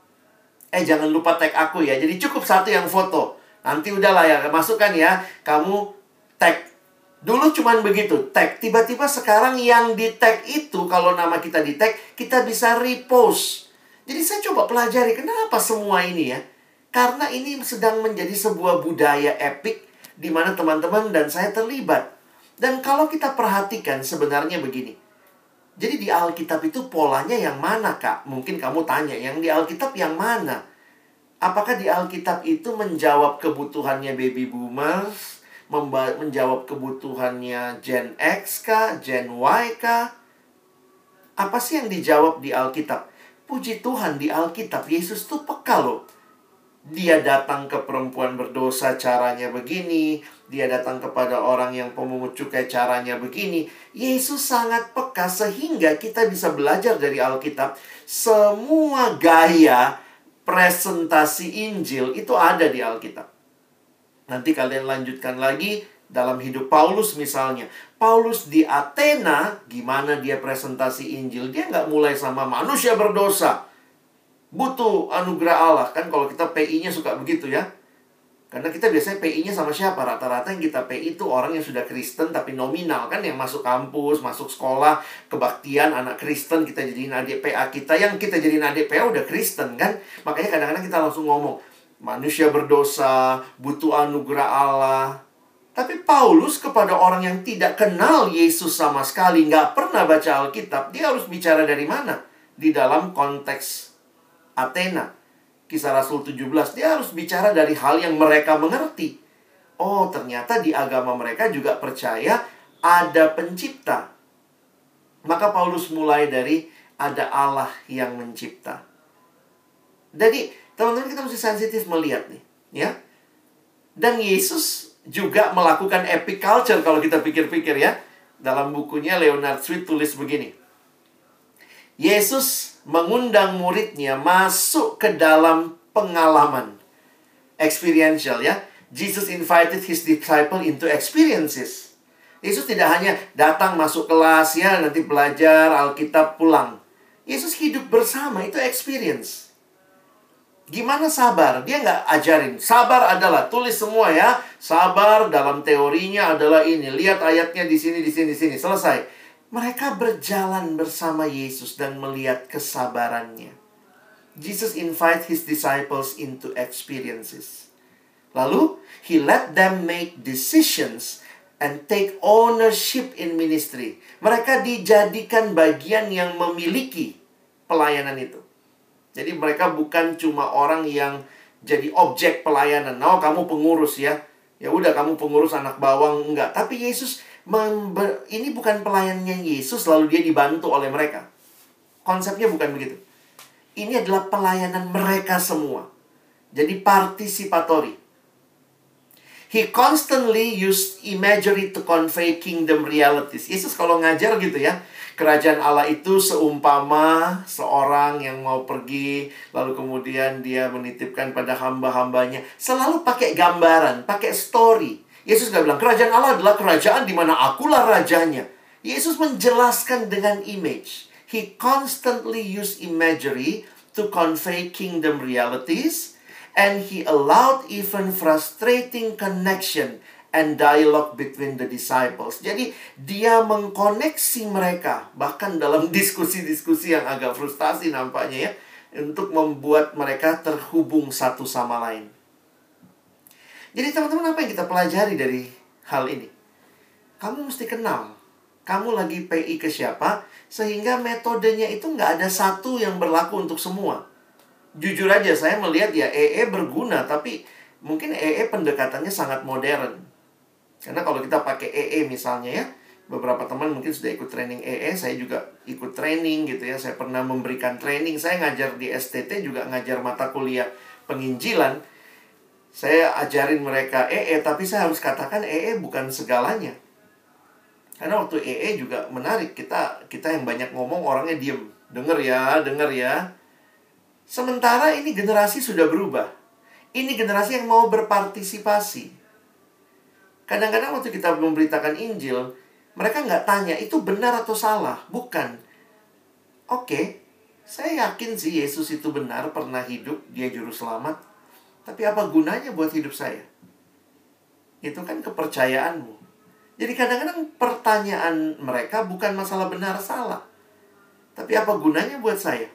Jangan lupa tag aku ya. Jadi cukup 1 yang foto. Nanti udahlah ya, masukkan ya. Kamu tag. Dulu cuman begitu, tag. Tiba-tiba sekarang yang di tag itu, kalau nama kita di tag, kita bisa repost. Jadi saya coba pelajari kenapa semua ini ya. Karena ini sedang menjadi sebuah budaya epic di mana teman-teman dan saya terlibat. Dan kalau kita perhatikan sebenarnya begini. Jadi di Alkitab itu polanya yang mana, Kak? Mungkin kamu tanya, yang di Alkitab yang mana? Apakah di Alkitab itu menjawab kebutuhannya baby boomers? Menjawab kebutuhannya Gen X kah? Gen Y kah? Apa sih yang dijawab di Alkitab? Puji Tuhan di Alkitab, Yesus tuh peka loh. Dia datang ke perempuan berdosa caranya begini. Dia datang kepada orang yang pemungut cukai caranya begini. Yesus sangat peka sehingga kita bisa belajar dari Alkitab. Semua gaya presentasi Injil itu ada di Alkitab. Nanti kalian lanjutkan lagi dalam hidup Paulus misalnya. Paulus di Athena, gimana dia presentasi Injil? Dia nggak mulai sama manusia berdosa, butuh anugerah Allah. Kan kalau kita PI-nya suka begitu ya. Karena kita biasanya PI-nya sama siapa? Rata-rata yang kita PI itu orang yang sudah Kristen tapi nominal. Kan yang masuk kampus, masuk sekolah, kebaktian, anak Kristen, kita jadiin adik PA kita. Yang kita jadiin adik PA udah Kristen kan. Makanya kadang-kadang kita langsung ngomong, manusia berdosa, butuh anugerah Allah. Tapi Paulus kepada orang yang tidak kenal Yesus sama sekali, nggak pernah baca Alkitab, dia harus bicara dari mana? Di dalam konteks Athena. Kisah Rasul 17, dia harus bicara dari hal yang mereka mengerti. Oh, ternyata di agama mereka juga percaya ada pencipta. Maka Paulus mulai dari ada Allah yang mencipta. Jadi, teman-teman, kita mesti sensitif melihat nih, ya. Dan Yesus juga melakukan epic culture kalau kita pikir-pikir ya. Dalam bukunya Leonard Sweet tulis begini. Yesus mengundang muridnya masuk ke dalam pengalaman. Experiential ya. Jesus invited his disciple into experiences. Yesus tidak hanya datang masuk kelas ya, nanti belajar Alkitab pulang. Yesus hidup bersama, itu experience. Gimana sabar? Dia nggak ajarin. Sabar adalah, tulis semua ya. Sabar dalam teorinya adalah ini. Lihat ayatnya di sini, di sini, di sini. Selesai. Mereka berjalan bersama Yesus dan melihat kesabarannya. Jesus invite his disciples into experiences. Lalu, he let them make decisions and take ownership in ministry. Mereka dijadikan bagian yang memiliki pelayanan itu. Jadi mereka bukan cuma orang yang jadi objek pelayanan. Oh, kamu pengurus ya. Ya udah kamu pengurus anak bawang, enggak. Tapi Yesus ini bukan pelayannya Yesus lalu dia dibantu oleh mereka. Konsepnya bukan begitu. Ini adalah pelayanan mereka semua. Jadi participatory. He constantly used imagery to convey kingdom realities. Yesus kalau ngajar gitu ya. Kerajaan Allah itu seumpama seorang yang mau pergi, lalu kemudian dia menitipkan pada hamba-hambanya. Selalu pakai gambaran, pakai story. Yesus gak bilang, kerajaan Allah adalah kerajaan di mana akulah rajanya. Yesus menjelaskan dengan image. He constantly used imagery to convey kingdom realities. And he allowed even frustrating connection and dialogue between the disciples. Jadi, dia mengkoneksi mereka. Bahkan dalam diskusi-diskusi yang agak frustasi nampaknya ya. Untuk membuat mereka terhubung satu sama lain. Jadi teman-teman, apa yang kita pelajari dari hal ini? Kamu mesti kenal. Kamu lagi PI ke siapa, sehingga metodenya itu nggak ada satu yang berlaku untuk semua. Jujur aja, saya melihat ya EE berguna, tapi mungkin EE pendekatannya sangat modern. Karena kalau kita pakai EE misalnya ya, beberapa teman mungkin sudah ikut training EE, saya juga ikut training gitu ya. Saya pernah memberikan training, saya ngajar di STT juga ngajar mata kuliah penginjilan. Saya ajarin mereka EE, tapi saya harus katakan EE bukan segalanya. Karena waktu EE juga menarik, kita yang banyak ngomong orangnya diem. Dengar ya, dengar ya. Sementara ini generasi sudah berubah. Ini generasi yang mau berpartisipasi. Kadang-kadang waktu kita memberitakan Injil, mereka nggak tanya, itu benar atau salah? Bukan. Oke, saya yakin sih Yesus itu benar, pernah hidup, dia juru selamat. Tapi apa gunanya buat hidup saya? Itu kan kepercayaanmu. Jadi kadang-kadang pertanyaan mereka bukan masalah benar salah. Tapi apa gunanya buat saya?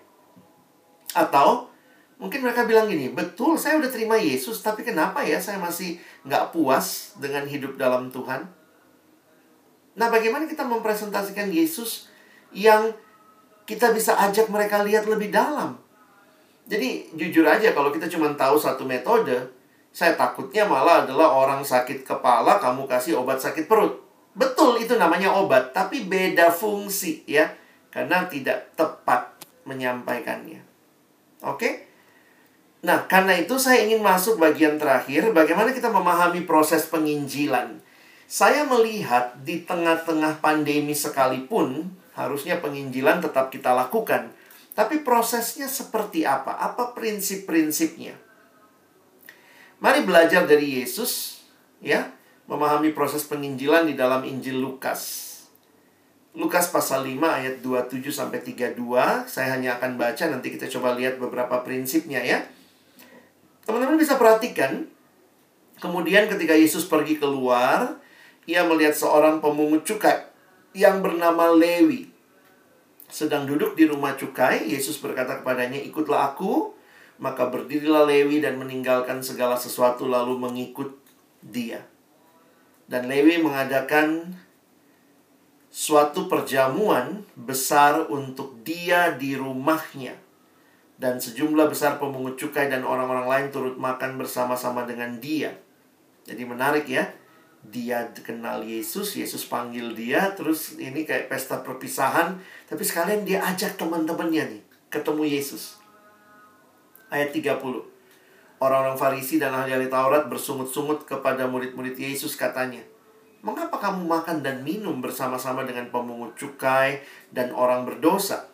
Atau mungkin mereka bilang gini, betul saya udah terima Yesus, tapi kenapa ya saya masih nggak puas dengan hidup dalam Tuhan? Nah, bagaimana kita mempresentasikan Yesus yang kita bisa ajak mereka lihat lebih dalam? Jadi jujur aja, kalau kita cuma tahu satu metode, saya takutnya malah adalah orang sakit kepala, kamu kasih obat sakit perut. Betul, itu namanya obat, tapi beda fungsi ya. Karena tidak tepat menyampaikannya. Oke? Nah, karena itu saya ingin masuk bagian terakhir, bagaimana kita memahami proses penginjilan. Saya melihat di tengah-tengah pandemi sekalipun, harusnya penginjilan tetap kita lakukan. Tapi prosesnya seperti apa? Apa prinsip-prinsipnya? Mari belajar dari Yesus, ya. memahami proses penginjilan di dalam Injil Lukas. Lukas pasal 5 ayat 27 sampai 32. Saya hanya akan baca, nanti kita coba lihat beberapa prinsipnya ya. Teman-teman bisa perhatikan, kemudian ketika Yesus pergi keluar, ia melihat seorang pemungut cukai yang bernama Lewi sedang duduk di rumah cukai. Yesus berkata kepadanya, "Ikutlah aku." Maka berdirilah Lewi dan meninggalkan segala sesuatu lalu mengikut dia. Dan Lewi mengadakan suatu perjamuan besar untuk dia di rumahnya. Dan sejumlah besar pemungut cukai dan orang-orang lain turut makan bersama-sama dengan dia. Jadi menarik ya. Dia kenal Yesus, Yesus panggil dia, terus ini kayak pesta perpisahan, tapi sekalian dia ajak teman-temannya nih ketemu Yesus. Ayat 30. Orang-orang Farisi dan ahli-ahli Taurat bersungut-sungut kepada murid-murid Yesus, katanya, "Mengapa kamu makan dan minum bersama-sama dengan pemungut cukai dan orang berdosa?"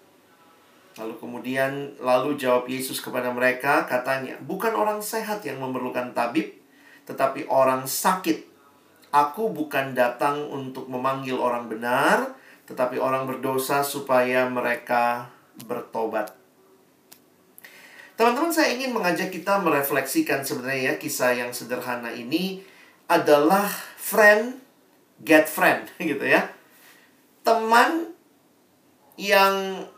Lalu jawab Yesus kepada mereka, katanya, "Bukan orang sehat yang memerlukan tabib, tetapi orang sakit. Aku bukan datang untuk memanggil orang benar, tetapi orang berdosa supaya mereka bertobat." Teman-teman, saya ingin mengajak kita merefleksikan sebenarnya ya, kisah yang sederhana ini adalah friend get friend gitu ya. Teman yang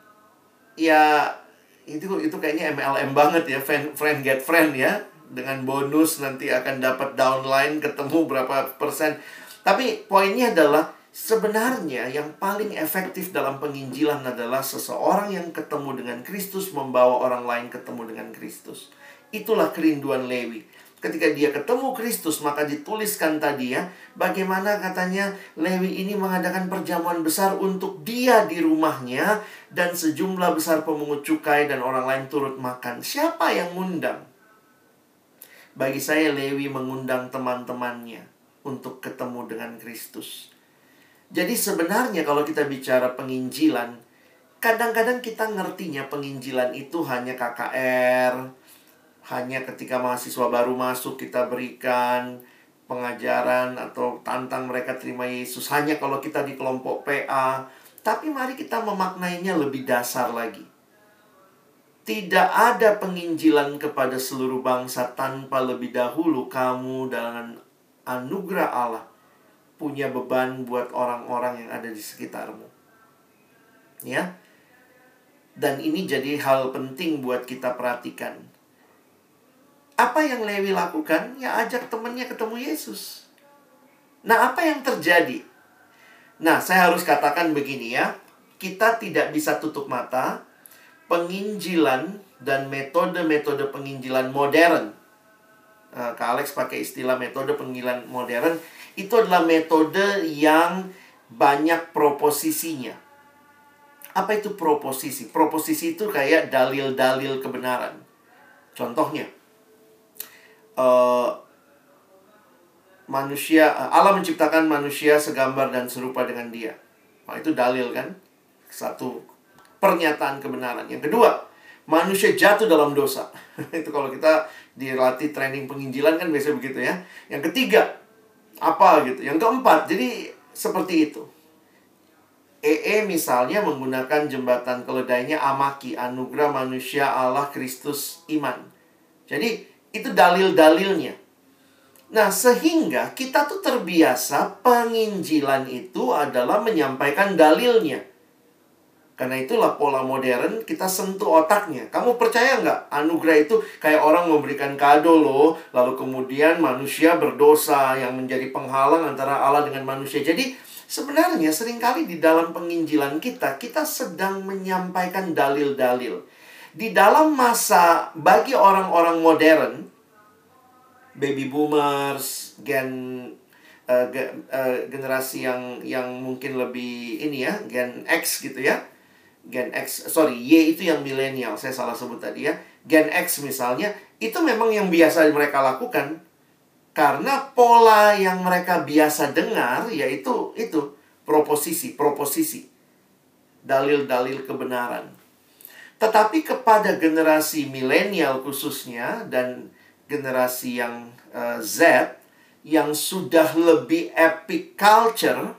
ya itu kayaknya MLM banget ya, friend get friend ya. Dengan bonus nanti akan dapat downline, ketemu berapa persen. Tapi poinnya adalah sebenarnya yang paling efektif dalam penginjilan adalah seseorang yang ketemu dengan Kristus membawa orang lain ketemu dengan Kristus. Itulah kerinduan Lewi. Ketika dia ketemu Kristus, maka dituliskan tadi ya, bagaimana katanya Lewi ini mengadakan perjamuan besar untuk dia di rumahnya, dan sejumlah besar pemungut cukai dan orang lain turut makan. Siapa yang ngundang? Bagi saya, Lewi mengundang teman-temannya untuk ketemu dengan Kristus. Jadi sebenarnya kalau kita bicara penginjilan, kadang-kadang kita ngertinya penginjilan itu hanya KKR, hanya ketika mahasiswa baru masuk kita berikan pengajaran atau tantang mereka terima Yesus, hanya kalau kita di kelompok PA. Tapi mari kita memaknainya lebih dasar lagi. Tidak ada penginjilan kepada seluruh bangsa tanpa lebih dahulu kamu dengan anugerah Allah punya beban buat orang-orang yang ada di sekitarmu. Ya. Dan ini jadi hal penting buat kita perhatikan. Apa yang Lewi lakukan? Ya ajak temannya ketemu Yesus. Nah, apa yang terjadi? Nah, saya harus katakan begini ya. Kita tidak bisa tutup mata. Penginjilan dan metode-metode penginjilan modern, Kak Alex pakai istilah metode penginjilan modern, itu adalah metode yang banyak proposisinya. Apa itu proposisi? Proposisi itu kayak dalil-dalil kebenaran. Contohnya, Allah menciptakan manusia segambar dan serupa dengan Dia. Nah, itu dalil kan? Satu pernyataan kebenaran. Yang kedua, manusia jatuh dalam dosa. Itu kalau kita dilatih training penginjilan kan biasanya begitu ya. Yang ketiga, apa gitu. Yang keempat, jadi seperti itu. Misalnya menggunakan jembatan keledainya Amaki, anugerah manusia Allah Kristus iman. Jadi itu dalil-dalilnya. Nah, sehingga kita tuh terbiasa penginjilan itu adalah menyampaikan dalilnya. Karena itulah pola modern, kita sentuh otaknya. Kamu percaya nggak? Anugerah itu kayak orang memberikan kado loh. Lalu kemudian manusia berdosa yang menjadi penghalang antara Allah dengan manusia. Jadi sebenarnya seringkali di dalam penginjilan kita sedang menyampaikan dalil-dalil. Di dalam masa bagi orang-orang modern, baby boomers, generasi yang mungkin lebih ini ya, Gen X gitu ya. Y itu yang milenial, saya salah sebut tadi ya. Gen X misalnya, itu memang yang biasa mereka lakukan. Karena pola yang mereka biasa dengar, yaitu proposisi. Dalil-dalil kebenaran. Tetapi kepada generasi milenial khususnya, dan generasi yang Z, yang sudah lebih epic culture,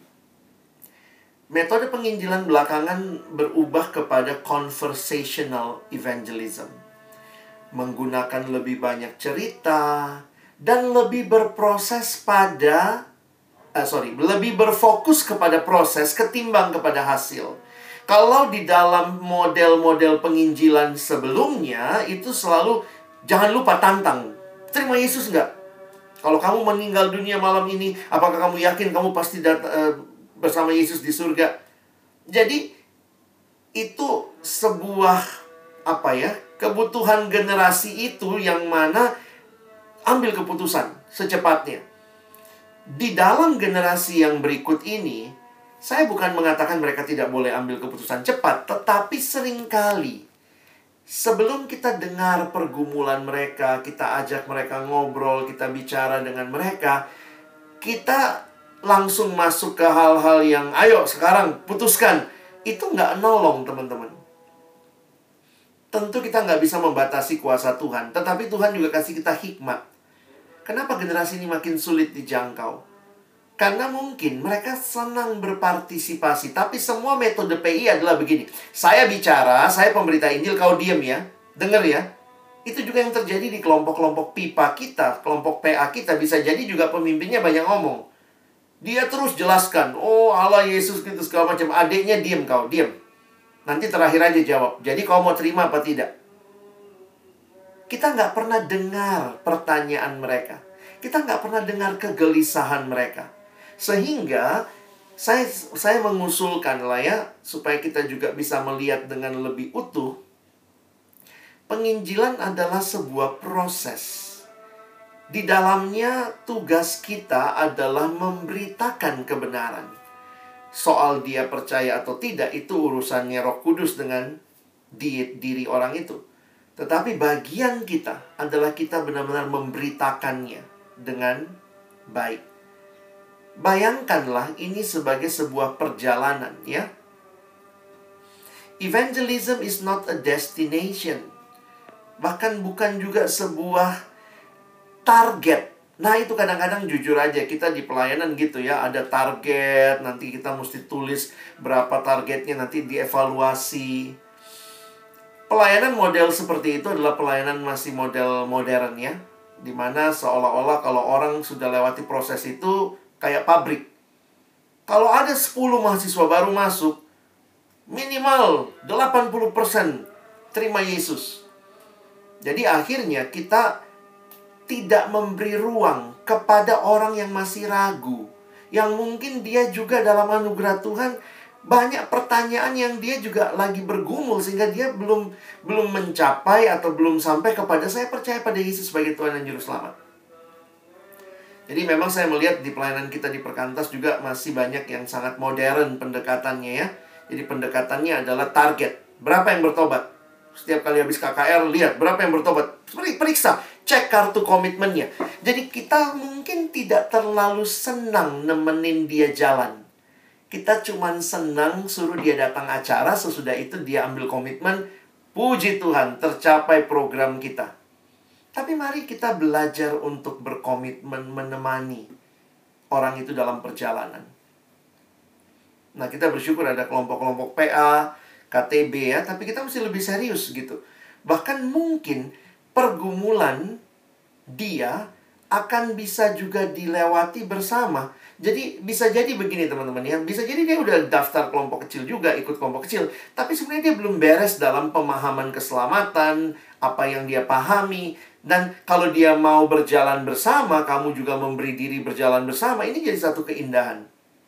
metode penginjilan belakangan berubah kepada conversational evangelism. Menggunakan lebih banyak cerita dan lebih berproses pada lebih berfokus kepada proses ketimbang kepada hasil. Kalau di dalam model-model penginjilan sebelumnya itu selalu jangan lupa tantang. Terima Yesus nggak? Kalau kamu meninggal dunia malam ini, apakah kamu yakin kamu pasti bersama Yesus di surga? Jadi itu sebuah kebutuhan generasi itu yang mana ambil keputusan secepatnya. Di dalam generasi yang berikut ini, saya bukan mengatakan mereka tidak boleh ambil keputusan cepat, tetapi seringkali sebelum kita dengar pergumulan mereka, kita ajak mereka ngobrol, kita bicara dengan mereka, kita langsung masuk ke hal-hal yang, ayo sekarang putuskan. Itu nggak nolong, teman-teman. Tentu kita nggak bisa membatasi kuasa Tuhan, tetapi Tuhan juga kasih kita hikmat. Kenapa generasi ini makin sulit dijangkau? Karena mungkin mereka senang berpartisipasi, tapi semua metode PI adalah begini. Saya bicara, saya pemberita Injil, kau diam ya. Dengar ya. Itu juga yang terjadi di kelompok-kelompok pipa kita, kelompok PA kita. Bisa jadi juga pemimpinnya banyak ngomong. Dia terus jelaskan, oh Allah Yesus gitu segala macam. Adiknya diam kau, diam. Nanti terakhir aja jawab. Jadi kau mau terima apa tidak? Kita nggak pernah dengar pertanyaan mereka. Kita nggak pernah dengar kegelisahan mereka. Sehingga saya mengusulkan lah ya, supaya kita juga bisa melihat dengan lebih utuh. Penginjilan adalah sebuah proses. Di dalamnya tugas kita adalah memberitakan kebenaran. Soal dia percaya atau tidak, itu urusannya Roh Kudus dengan diri orang itu. Tetapi bagian kita adalah kita benar-benar memberitakannya dengan baik. Bayangkanlah ini sebagai sebuah perjalanan, ya. Evangelism is not a destination. Bahkan bukan juga sebuah target. Nah, itu kadang-kadang jujur aja kita di pelayanan gitu ya, ada target, nanti kita mesti tulis berapa targetnya, nanti dievaluasi. Pelayanan model seperti itu adalah pelayanan masih model modern ya, dimana seolah-olah kalau orang sudah lewati proses itu kayak pabrik. Kalau ada 10 mahasiswa baru masuk, minimal 80% terima Yesus. Jadi akhirnya kita tidak memberi ruang kepada orang yang masih ragu, yang mungkin dia juga dalam anugerah Tuhan banyak pertanyaan yang dia juga lagi bergumul, sehingga dia belum mencapai atau belum sampai kepada saya percaya pada Yesus sebagai Tuhan dan Juru Selamat. Jadi memang saya melihat di pelayanan kita di Perkantas juga masih banyak yang sangat modern pendekatannya ya. Jadi pendekatannya adalah target. Berapa yang bertobat? Setiap kali habis KKR, lihat berapa yang bertobat. Periksa, cek kartu komitmennya. Jadi kita mungkin tidak terlalu senang nemenin dia jalan. Kita cuman senang suruh dia datang acara, sesudah itu dia ambil komitmen. Puji Tuhan, tercapai program kita. Tapi mari kita belajar untuk berkomitmen menemani orang itu dalam perjalanan. Nah, kita bersyukur ada kelompok-kelompok PA, KTB ya, tapi kita mesti lebih serius gitu. Bahkan mungkin pergumulan dia akan bisa juga dilewati bersama. Jadi bisa jadi begini teman-teman ya, bisa jadi dia udah daftar kelompok kecil juga, ikut kelompok kecil, tapi sebenarnya dia belum beres dalam pemahaman keselamatan, apa yang dia pahami. Dan kalau dia mau berjalan bersama, kamu juga memberi diri berjalan bersama, ini jadi satu keindahan.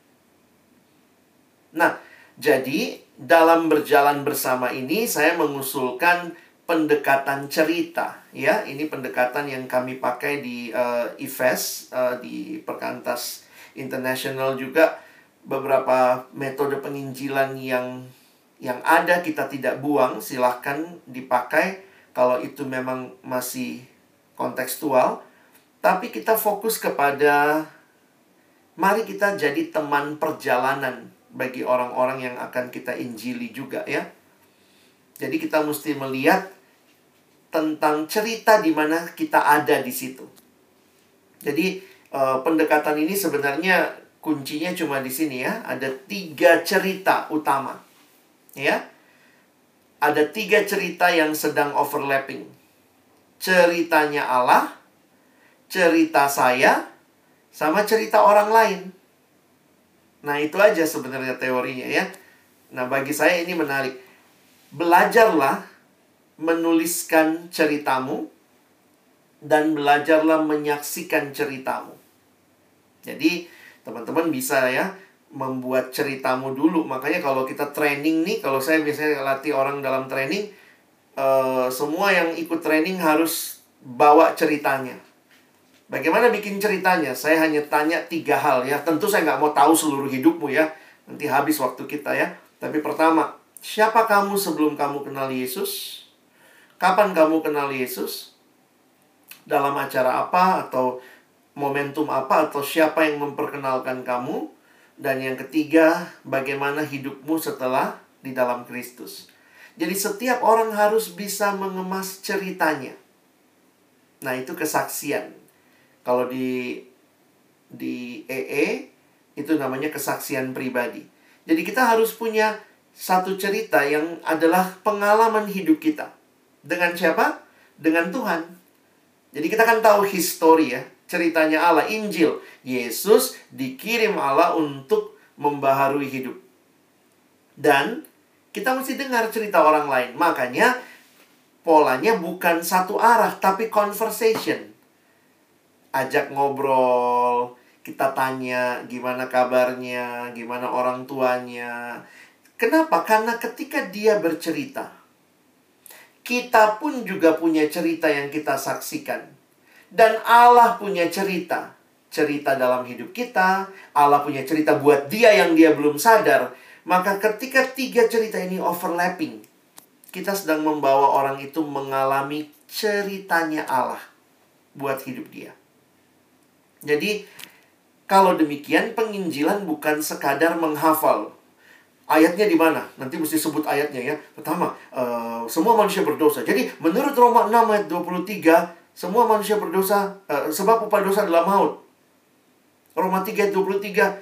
Nah, jadi dalam berjalan bersama ini saya mengusulkan pendekatan cerita ya. Ini pendekatan yang kami pakai di IFES, di Perkantas International juga. Beberapa metode penginjilan yang ada kita tidak buang, silahkan dipakai kalau itu memang masih kontekstual. Tapi kita fokus kepada mari kita jadi teman perjalanan bagi orang-orang yang akan kita injili juga ya. Jadi kita mesti melihat tentang cerita di mana kita ada di situ. Jadi pendekatan ini sebenarnya kuncinya cuma di sini ya. Ada 3 cerita utama. Ya. Ada 3 cerita yang sedang overlapping. Ceritanya Allah, cerita saya, sama cerita orang lain. Nah, itu aja sebenarnya teorinya ya. Nah, bagi saya ini menarik. Belajarlah menuliskan ceritamu dan belajarlah menyaksikan ceritamu. Jadi, teman-teman bisa ya membuat ceritamu dulu. Makanya kalau kita training nih, kalau saya biasanya latih orang dalam training, semua yang ikut training harus bawa ceritanya. Bagaimana bikin ceritanya? Saya hanya tanya 3 hal ya. Tentu saya nggak mau tahu seluruh hidupmu ya. Nanti habis waktu kita ya. Tapi pertama, siapa kamu sebelum kamu kenal Yesus? Kapan kamu kenal Yesus? Dalam acara apa atau momentum apa atau siapa yang memperkenalkan kamu? Dan yang ketiga, bagaimana hidupmu setelah di dalam Kristus? Jadi setiap orang harus bisa mengemas ceritanya. Nah, itu kesaksian. Kalau di EE itu namanya kesaksian pribadi. Jadi kita harus punya satu cerita yang adalah pengalaman hidup kita. Dengan siapa? Dengan Tuhan. Jadi kita kan tahu histori ya, ceritanya Allah, Injil. Yesus dikirim Allah untuk membaharui hidup. Dan kita mesti dengar cerita orang lain. Makanya polanya bukan satu arah, tapi conversation. Ajak ngobrol, kita tanya gimana kabarnya, gimana orang tuanya. Kenapa? Karena ketika dia bercerita, kita pun juga punya cerita yang kita saksikan. Dan Allah punya cerita. Cerita dalam hidup kita. Allah punya cerita buat dia yang dia belum sadar. Maka ketika 3 cerita ini overlapping, kita sedang membawa orang itu mengalami ceritanya Allah buat hidup dia. Jadi, kalau demikian, penginjilan bukan sekadar menghafal. Ayatnya di mana? Nanti mesti sebut ayatnya ya. Pertama, semua manusia berdosa. Jadi, menurut Roma 6 ayat 23, semua manusia berdosa, sebab upah dosa adalah maut. Roma 3 ayat 23,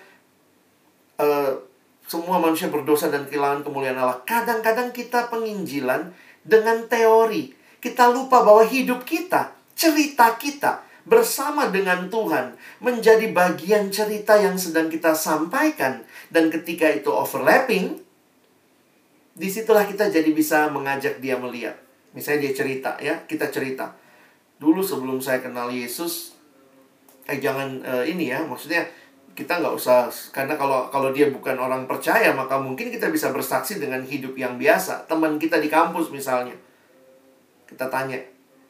semua manusia berdosa dan kehilangan kemuliaan Allah. Kadang-kadang kita penginjilan dengan teori. Kita lupa bahwa hidup kita, cerita kita, bersama dengan Tuhan menjadi bagian cerita yang sedang kita sampaikan. Dan ketika itu overlapping, disitulah kita jadi bisa mengajak dia melihat. Misalnya dia cerita ya, kita cerita. Dulu sebelum saya kenal Yesus, maksudnya kita nggak usah, karena kalau dia bukan orang percaya, maka mungkin kita bisa bersaksi dengan hidup yang biasa. Teman kita di kampus misalnya, kita tanya,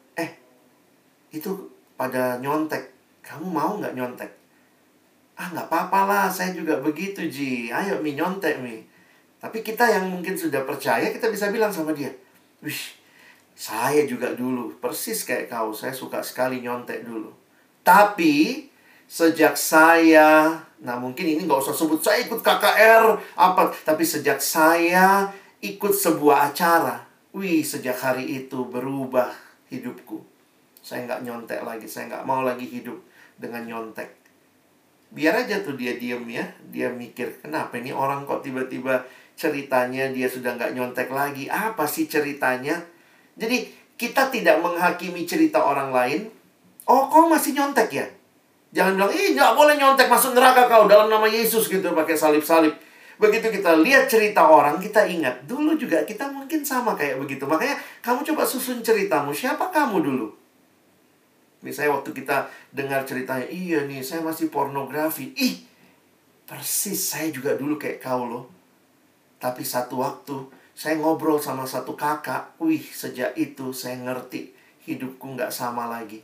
itu pada nyontek, kamu mau nggak nyontek? Nggak apa-apa lah, saya juga begitu Ji, ayo Mi nyontek Mi. Tapi kita yang mungkin sudah percaya, kita bisa bilang sama dia, wih, saya juga dulu persis kayak kau, saya suka sekali nyontek dulu. Tapi sejak saya, nah mungkin ini nggak usah sebut saya ikut KKR apa, tapi sejak saya ikut sebuah acara, sejak hari itu berubah hidupku. Saya nggak nyontek lagi, saya nggak mau lagi hidup dengan nyontek. Biar aja tuh dia diem ya, dia mikir, kenapa ini orang kok tiba-tiba ceritanya dia sudah nggak nyontek lagi, apa sih ceritanya? Jadi kita tidak menghakimi cerita orang lain. Oh, kau masih nyontek ya? Jangan bilang, nggak boleh nyontek, masuk neraka kau dalam nama Yesus gitu, pakai salib-salib. Begitu kita lihat cerita orang, kita ingat, dulu juga kita mungkin sama kayak begitu. Makanya kamu coba susun ceritamu, siapa kamu dulu? Misalnya waktu kita dengar ceritanya, iya nih, saya masih pornografi. Persis, saya juga dulu kayak kau loh. Tapi satu waktu, saya ngobrol sama satu kakak. Sejak itu saya ngerti, hidupku nggak sama lagi.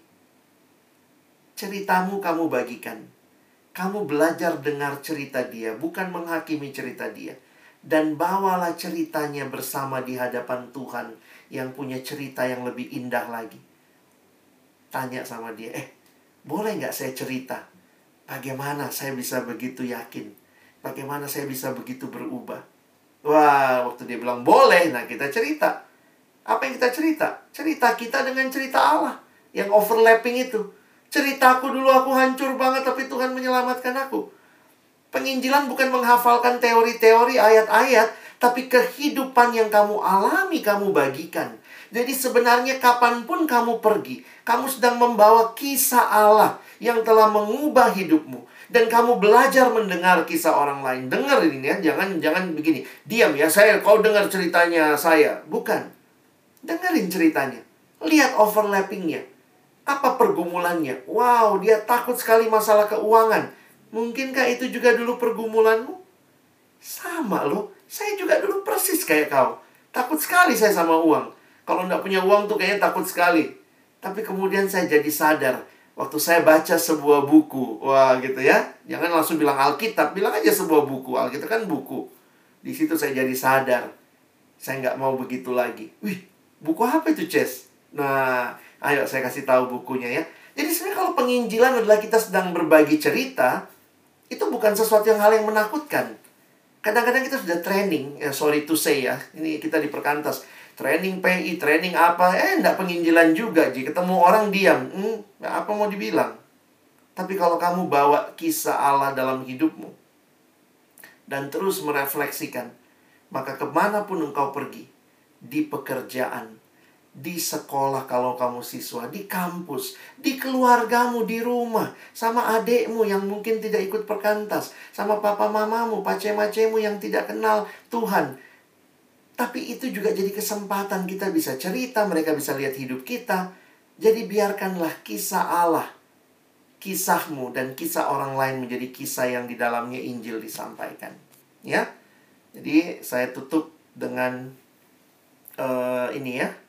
Ceritamu kamu bagikan. Kamu belajar dengar cerita dia, bukan menghakimi cerita dia. Dan bawalah ceritanya bersama di hadapan Tuhan yang punya cerita yang lebih indah lagi. Tanya sama dia, boleh nggak saya cerita? Bagaimana saya bisa begitu yakin? Bagaimana saya bisa begitu berubah? Wah, waktu dia bilang boleh, nah kita cerita. Apa yang kita cerita? Cerita kita dengan cerita Allah yang overlapping itu. Ceritaku dulu aku hancur banget, tapi Tuhan menyelamatkan aku. Penginjilan bukan menghafalkan teori-teori ayat-ayat, tapi kehidupan yang kamu alami, kamu bagikan. Jadi sebenarnya kapanpun kamu pergi, kamu sedang membawa kisah Allah yang telah mengubah hidupmu. Dan kamu belajar mendengar kisah orang lain. Dengar ini ya, jangan begini. Diam ya, kau dengar ceritanya saya. Bukan. Dengerin ceritanya. Lihat overlappingnya. Apa pergumulannya? Wow, dia takut sekali masalah keuangan. Mungkinkah itu juga dulu pergumulanmu? Sama loh. Saya juga dulu persis kayak kau. Takut sekali saya sama uang. Kalau nggak punya uang tuh kayaknya takut sekali. Tapi kemudian saya jadi sadar. Waktu saya baca sebuah buku. Wah gitu ya. Jangan langsung bilang Alkitab. Bilang aja sebuah buku. Alkitab kan buku. Di situ saya jadi sadar. Saya nggak mau begitu lagi. Wih, buku apa itu, Ces? Nah, ayo saya kasih tahu bukunya ya. Jadi sebenarnya kalau penginjilan adalah kita sedang berbagi cerita, itu bukan sesuatu hal yang menakutkan. Kadang-kadang kita sudah training, sorry to say ya, ini kita di perkantas. Training PI, training apa, enggak penginjilan juga, Ji. Ketemu orang diam, apa mau dibilang? Tapi kalau kamu bawa kisah Allah dalam hidupmu, dan terus merefleksikan, maka kemanapun engkau pergi, di pekerjaan, di sekolah kalau kamu siswa, di kampus, di keluargamu, di rumah, sama adekmu yang mungkin tidak ikut perkantas, sama papa mamamu, pace-macemu yang tidak kenal Tuhan. Tapi itu juga jadi kesempatan kita bisa cerita, mereka bisa lihat hidup kita. Jadi biarkanlah kisah Allah, kisahmu dan kisah orang lain menjadi kisah yang di dalamnya Injil disampaikan. Ya, jadi saya tutup dengan ini ya.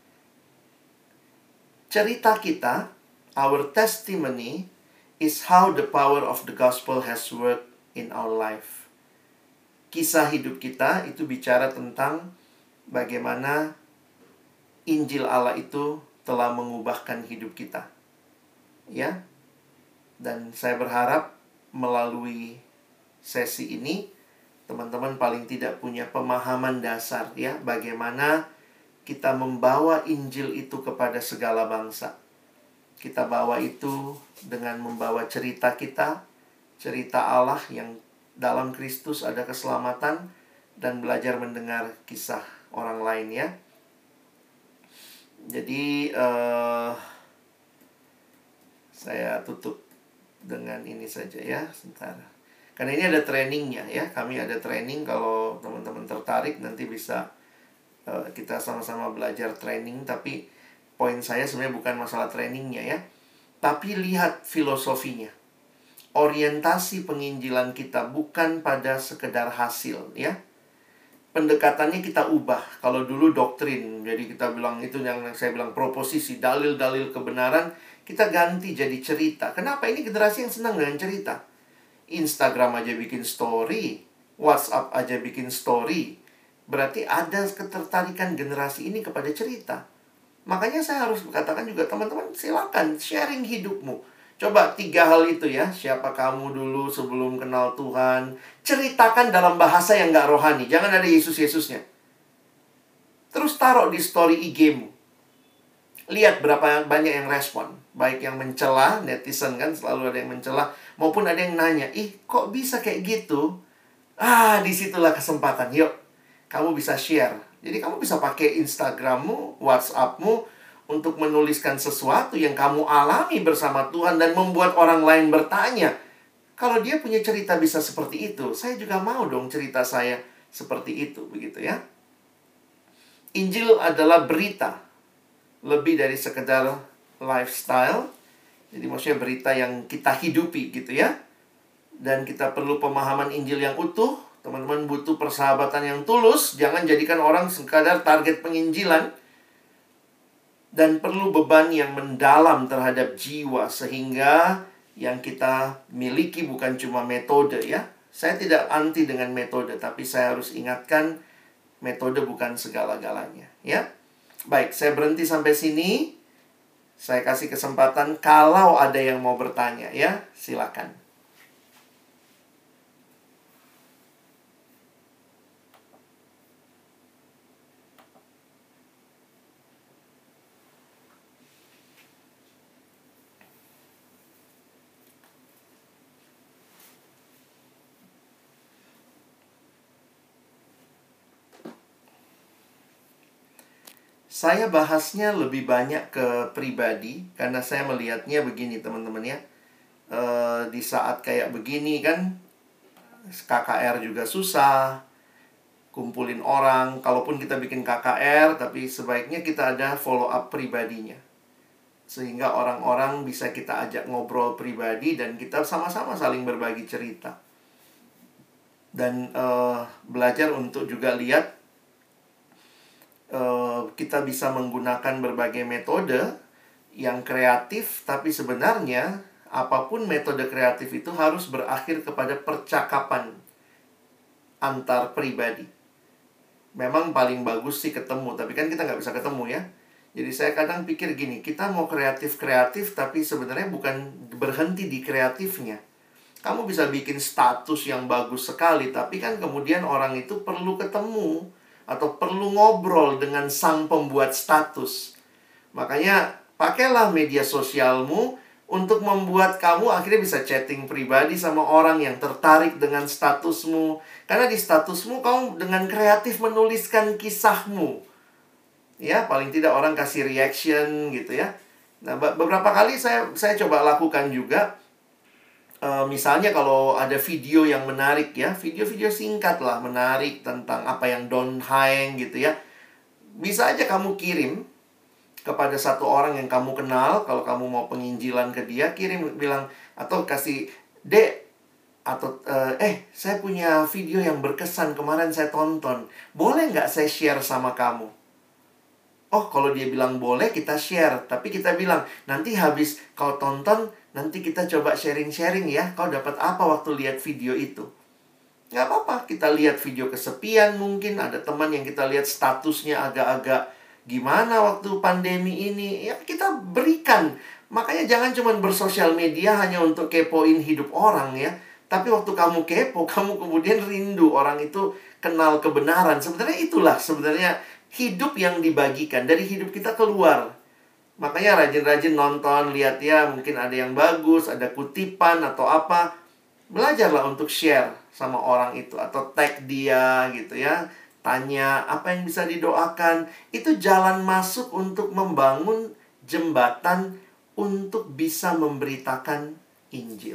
Cerita kita, our testimony, is how the power of the gospel has worked in our life. Kisah hidup kita itu bicara tentang bagaimana Injil Allah itu telah mengubahkan hidup kita. Ya. Dan saya berharap melalui sesi ini teman-teman paling tidak punya pemahaman dasar ya bagaimana kita membawa Injil itu kepada segala bangsa. Kita bawa itu dengan membawa cerita kita, cerita Allah yang dalam Kristus ada keselamatan, dan belajar mendengar kisah orang lain ya. Jadi saya tutup dengan ini saja ya, sebentar. Karena ini ada trainingnya ya, kami ada training. Kalau teman-teman tertarik nanti bisa kita sama-sama belajar training. Tapi poin saya sebenarnya bukan masalah trainingnya ya, tapi lihat filosofinya. Orientasi penginjilan kita bukan pada sekedar hasil ya. Pendekatannya kita ubah. Kalau dulu doktrin, jadi kita bilang itu yang saya bilang proposisi, dalil-dalil kebenaran, kita ganti jadi cerita. Kenapa? Ini generasi yang senang dengan cerita. Instagram aja bikin story, WhatsApp aja bikin story. Berarti ada ketertarikan generasi ini kepada cerita. Makanya saya harus katakan juga, teman-teman silakan sharing hidupmu. Coba 3 hal itu ya. Siapa kamu dulu sebelum kenal Tuhan. Ceritakan dalam bahasa yang gak rohani. Jangan ada Yesus-Yesusnya. Terus taruh di story IG-mu. Lihat berapa banyak yang respon. Baik yang mencela, netizen kan selalu ada yang mencela, maupun ada yang nanya, kok bisa kayak gitu? Disitulah kesempatan. Yuk, kamu bisa share. Jadi kamu bisa pakai Instagrammu, WhatsAppmu untuk menuliskan sesuatu yang kamu alami bersama Tuhan dan membuat orang lain bertanya. Kalau dia punya cerita bisa seperti itu, saya juga mau dong cerita saya seperti itu, begitu ya. Injil adalah berita, lebih dari sekedar lifestyle. Jadi maksudnya berita yang kita hidupi gitu ya. Dan kita perlu pemahaman Injil yang utuh. Teman-teman butuh persahabatan yang tulus. Jangan jadikan orang sekadar target penginjilan. Dan perlu beban yang mendalam terhadap jiwa. Sehingga yang kita miliki bukan cuma metode ya. Saya tidak anti dengan metode, tapi saya harus ingatkan metode bukan segala-galanya ya. Baik, saya berhenti sampai sini. Saya kasih kesempatan kalau ada yang mau bertanya ya, silakan. Saya bahasnya lebih banyak ke pribadi, karena saya melihatnya begini teman-teman ya. Di saat kayak begini kan, KKR juga susah, kumpulin orang. Kalaupun kita bikin KKR, tapi sebaiknya kita ada follow up pribadinya. Sehingga orang-orang bisa kita ajak ngobrol pribadi dan kita sama-sama saling berbagi cerita. Dan belajar untuk juga lihat kita bisa menggunakan berbagai metode yang kreatif, tapi sebenarnya apapun metode kreatif itu harus berakhir kepada percakapan antar pribadi. Memang paling bagus sih ketemu, tapi kan kita nggak bisa ketemu ya. Jadi saya kadang pikir gini, kita mau kreatif-kreatif, tapi sebenarnya bukan berhenti di kreatifnya. Kamu bisa bikin status yang bagus sekali, tapi kan kemudian orang itu perlu ketemu atau perlu ngobrol dengan sang pembuat status. Makanya pakailah media sosialmu untuk membuat kamu akhirnya bisa chatting pribadi sama orang yang tertarik dengan statusmu. Karena di statusmu kamu dengan kreatif menuliskan kisahmu. Ya, paling tidak orang kasih reaction gitu ya. Nah, beberapa kali saya coba lakukan juga. Misalnya kalau ada video yang menarik ya, video-video singkat lah menarik tentang apa yang Don Haeng gitu ya. Bisa aja kamu kirim kepada satu orang yang kamu kenal. Kalau kamu mau penginjilan ke dia, kirim, bilang, atau kasih, Dek, atau saya punya video yang berkesan kemarin saya tonton, boleh nggak saya share sama kamu? Oh, kalau dia bilang boleh, kita share. Tapi kita bilang, nanti habis kau tonton, nanti kita coba sharing-sharing ya. Kau dapat apa waktu lihat video itu? Nggak apa-apa, kita lihat video kesepian mungkin. Ada teman yang kita lihat statusnya agak-agak gimana waktu pandemi ini. Ya, kita berikan. Makanya jangan cuma bersosial media hanya untuk kepoin hidup orang ya. Tapi waktu kamu kepo, kamu kemudian rindu orang itu kenal kebenaran. Sebenarnya itulah sebenarnya hidup yang dibagikan. Dari hidup kita keluar. Makanya rajin-rajin nonton, lihat ya, mungkin ada yang bagus, ada kutipan atau apa. Belajarlah untuk share sama orang itu. Atau tag dia gitu ya. Tanya apa yang bisa didoakan. Itu jalan masuk untuk membangun jembatan untuk bisa memberitakan Injil.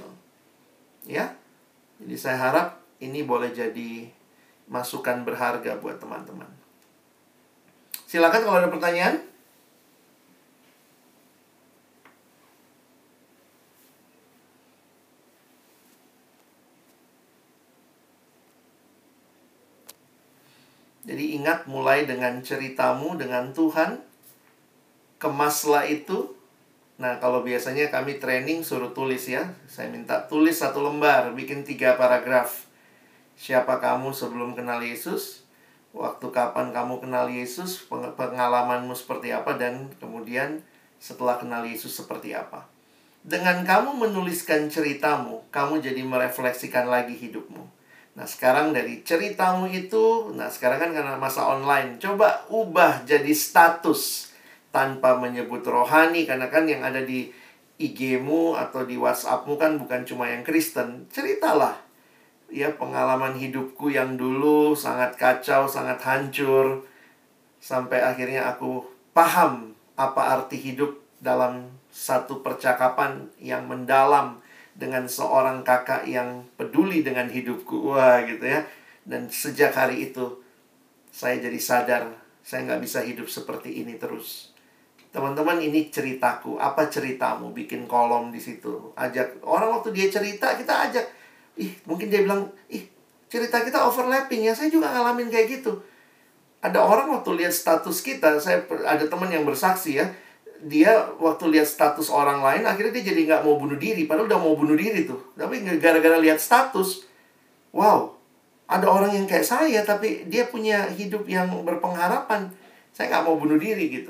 Ya. Jadi saya harap ini boleh jadi masukan berharga buat teman-teman. Silakan kalau ada pertanyaan. Jadi ingat, mulai dengan ceritamu dengan Tuhan. Kemaslah itu. Nah, kalau biasanya kami training suruh tulis ya. Saya minta tulis 1 lembar, bikin 3 paragraf. Siapa kamu sebelum kenal Yesus? Waktu kapan kamu kenal Yesus? Pengalamanmu seperti apa? Dan kemudian setelah kenal Yesus seperti apa? Dengan kamu menuliskan ceritamu, kamu jadi merefleksikan lagi hidupmu. Nah, sekarang dari ceritamu itu, nah sekarang kan karena masa online, coba ubah jadi status tanpa menyebut rohani, karena kan yang ada di IG-mu atau di WhatsApp-mu kan bukan cuma yang Kristen. Ceritalah ya, pengalaman hidupku yang dulu sangat kacau, sangat hancur, sampai akhirnya aku paham apa arti hidup dalam satu percakapan yang mendalam dengan seorang kakak yang peduli dengan hidupku. Wah gitu ya. Dan sejak hari itu saya jadi sadar, saya nggak bisa hidup seperti ini terus. Teman-teman, ini ceritaku. Apa ceritamu? Bikin kolom di situ. Ajak orang, waktu dia cerita, kita ajak. Mungkin dia bilang, cerita kita overlapping ya. Saya juga ngalamin kayak gitu. Ada orang waktu lihat status kita, ada teman yang bersaksi ya. Dia waktu lihat status orang lain, akhirnya dia jadi nggak mau bunuh diri. Padahal udah mau bunuh diri tuh. Tapi gara-gara lihat status, wow, ada orang yang kayak saya, tapi dia punya hidup yang berpengharapan. Saya nggak mau bunuh diri gitu.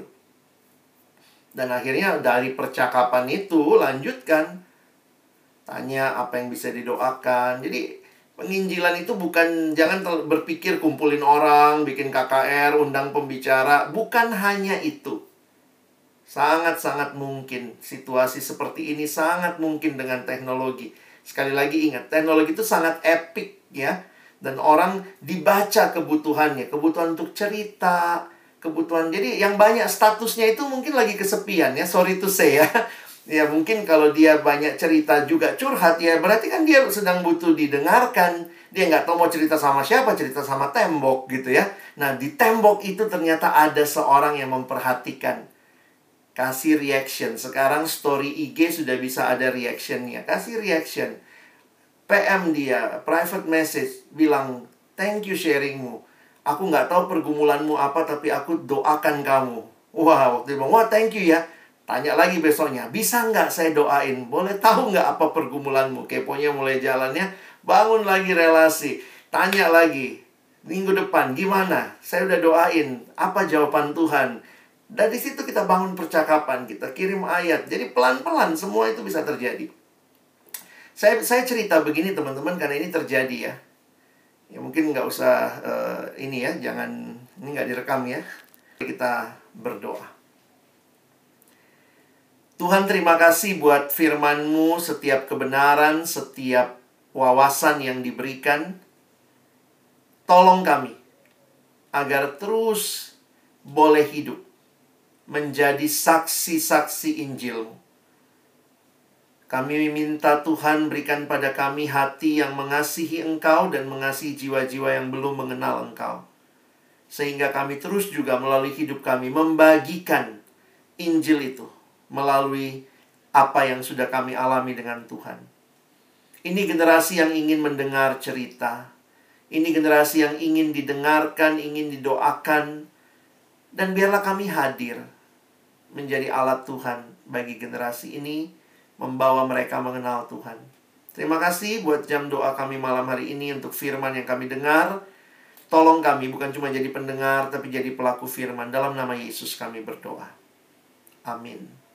Dan akhirnya dari percakapan itu lanjutkan. Tanya apa yang bisa didoakan. Jadi penginjilan itu bukan, jangan berpikir kumpulin orang, bikin KKR, undang pembicara. Bukan hanya itu. Sangat-sangat mungkin. Situasi seperti ini sangat mungkin dengan teknologi. Sekali lagi ingat, teknologi itu sangat epic ya. Dan orang dibaca kebutuhannya. Kebutuhan untuk cerita, kebutuhan. Jadi yang banyak statusnya itu mungkin lagi kesepian ya, sorry to say ya. Ya mungkin kalau dia banyak cerita juga curhat ya, berarti kan dia sedang butuh didengarkan. Dia nggak tahu mau cerita sama siapa, cerita sama tembok gitu ya. Nah di tembok itu ternyata ada seorang yang memperhatikan. Kasih reaction. Sekarang story IG sudah bisa ada reactionnya. Kasih reaction. PM dia, private message, bilang, thank you sharingmu. Aku nggak tahu pergumulanmu apa, tapi aku doakan kamu. Wah, waktu itu bilang, wah thank you ya. Tanya lagi besoknya, bisa nggak saya doain? Boleh tahu nggak apa pergumulanmu? Keponya mulai jalannya, bangun lagi relasi. Tanya lagi, minggu depan gimana? Saya udah doain, apa jawaban Tuhan? Dari situ kita bangun percakapan, kita kirim ayat. Jadi pelan-pelan semua itu bisa terjadi. Saya cerita begini teman-teman karena ini terjadi ya. Ya mungkin nggak usah ini ya, jangan, ini nggak direkam ya. Kita berdoa. Tuhan terima kasih buat firman-Mu, setiap kebenaran, setiap wawasan yang diberikan. Tolong kami agar terus boleh hidup menjadi saksi-saksi Injil-Mu. Kami minta Tuhan berikan pada kami hati yang mengasihi Engkau dan mengasihi jiwa-jiwa yang belum mengenal Engkau. Sehingga kami terus juga melalui hidup kami membagikan Injil itu melalui apa yang sudah kami alami dengan Tuhan. Ini generasi yang ingin mendengar cerita. Ini generasi yang ingin didengarkan, ingin didoakan. Dan biarlah kami hadir menjadi alat Tuhan bagi generasi ini, membawa mereka mengenal Tuhan. Terima kasih buat jam doa kami malam hari ini untuk firman yang kami dengar. Tolong kami bukan cuma jadi pendengar, tapi jadi pelaku firman. Dalam nama Yesus kami berdoa. Amin.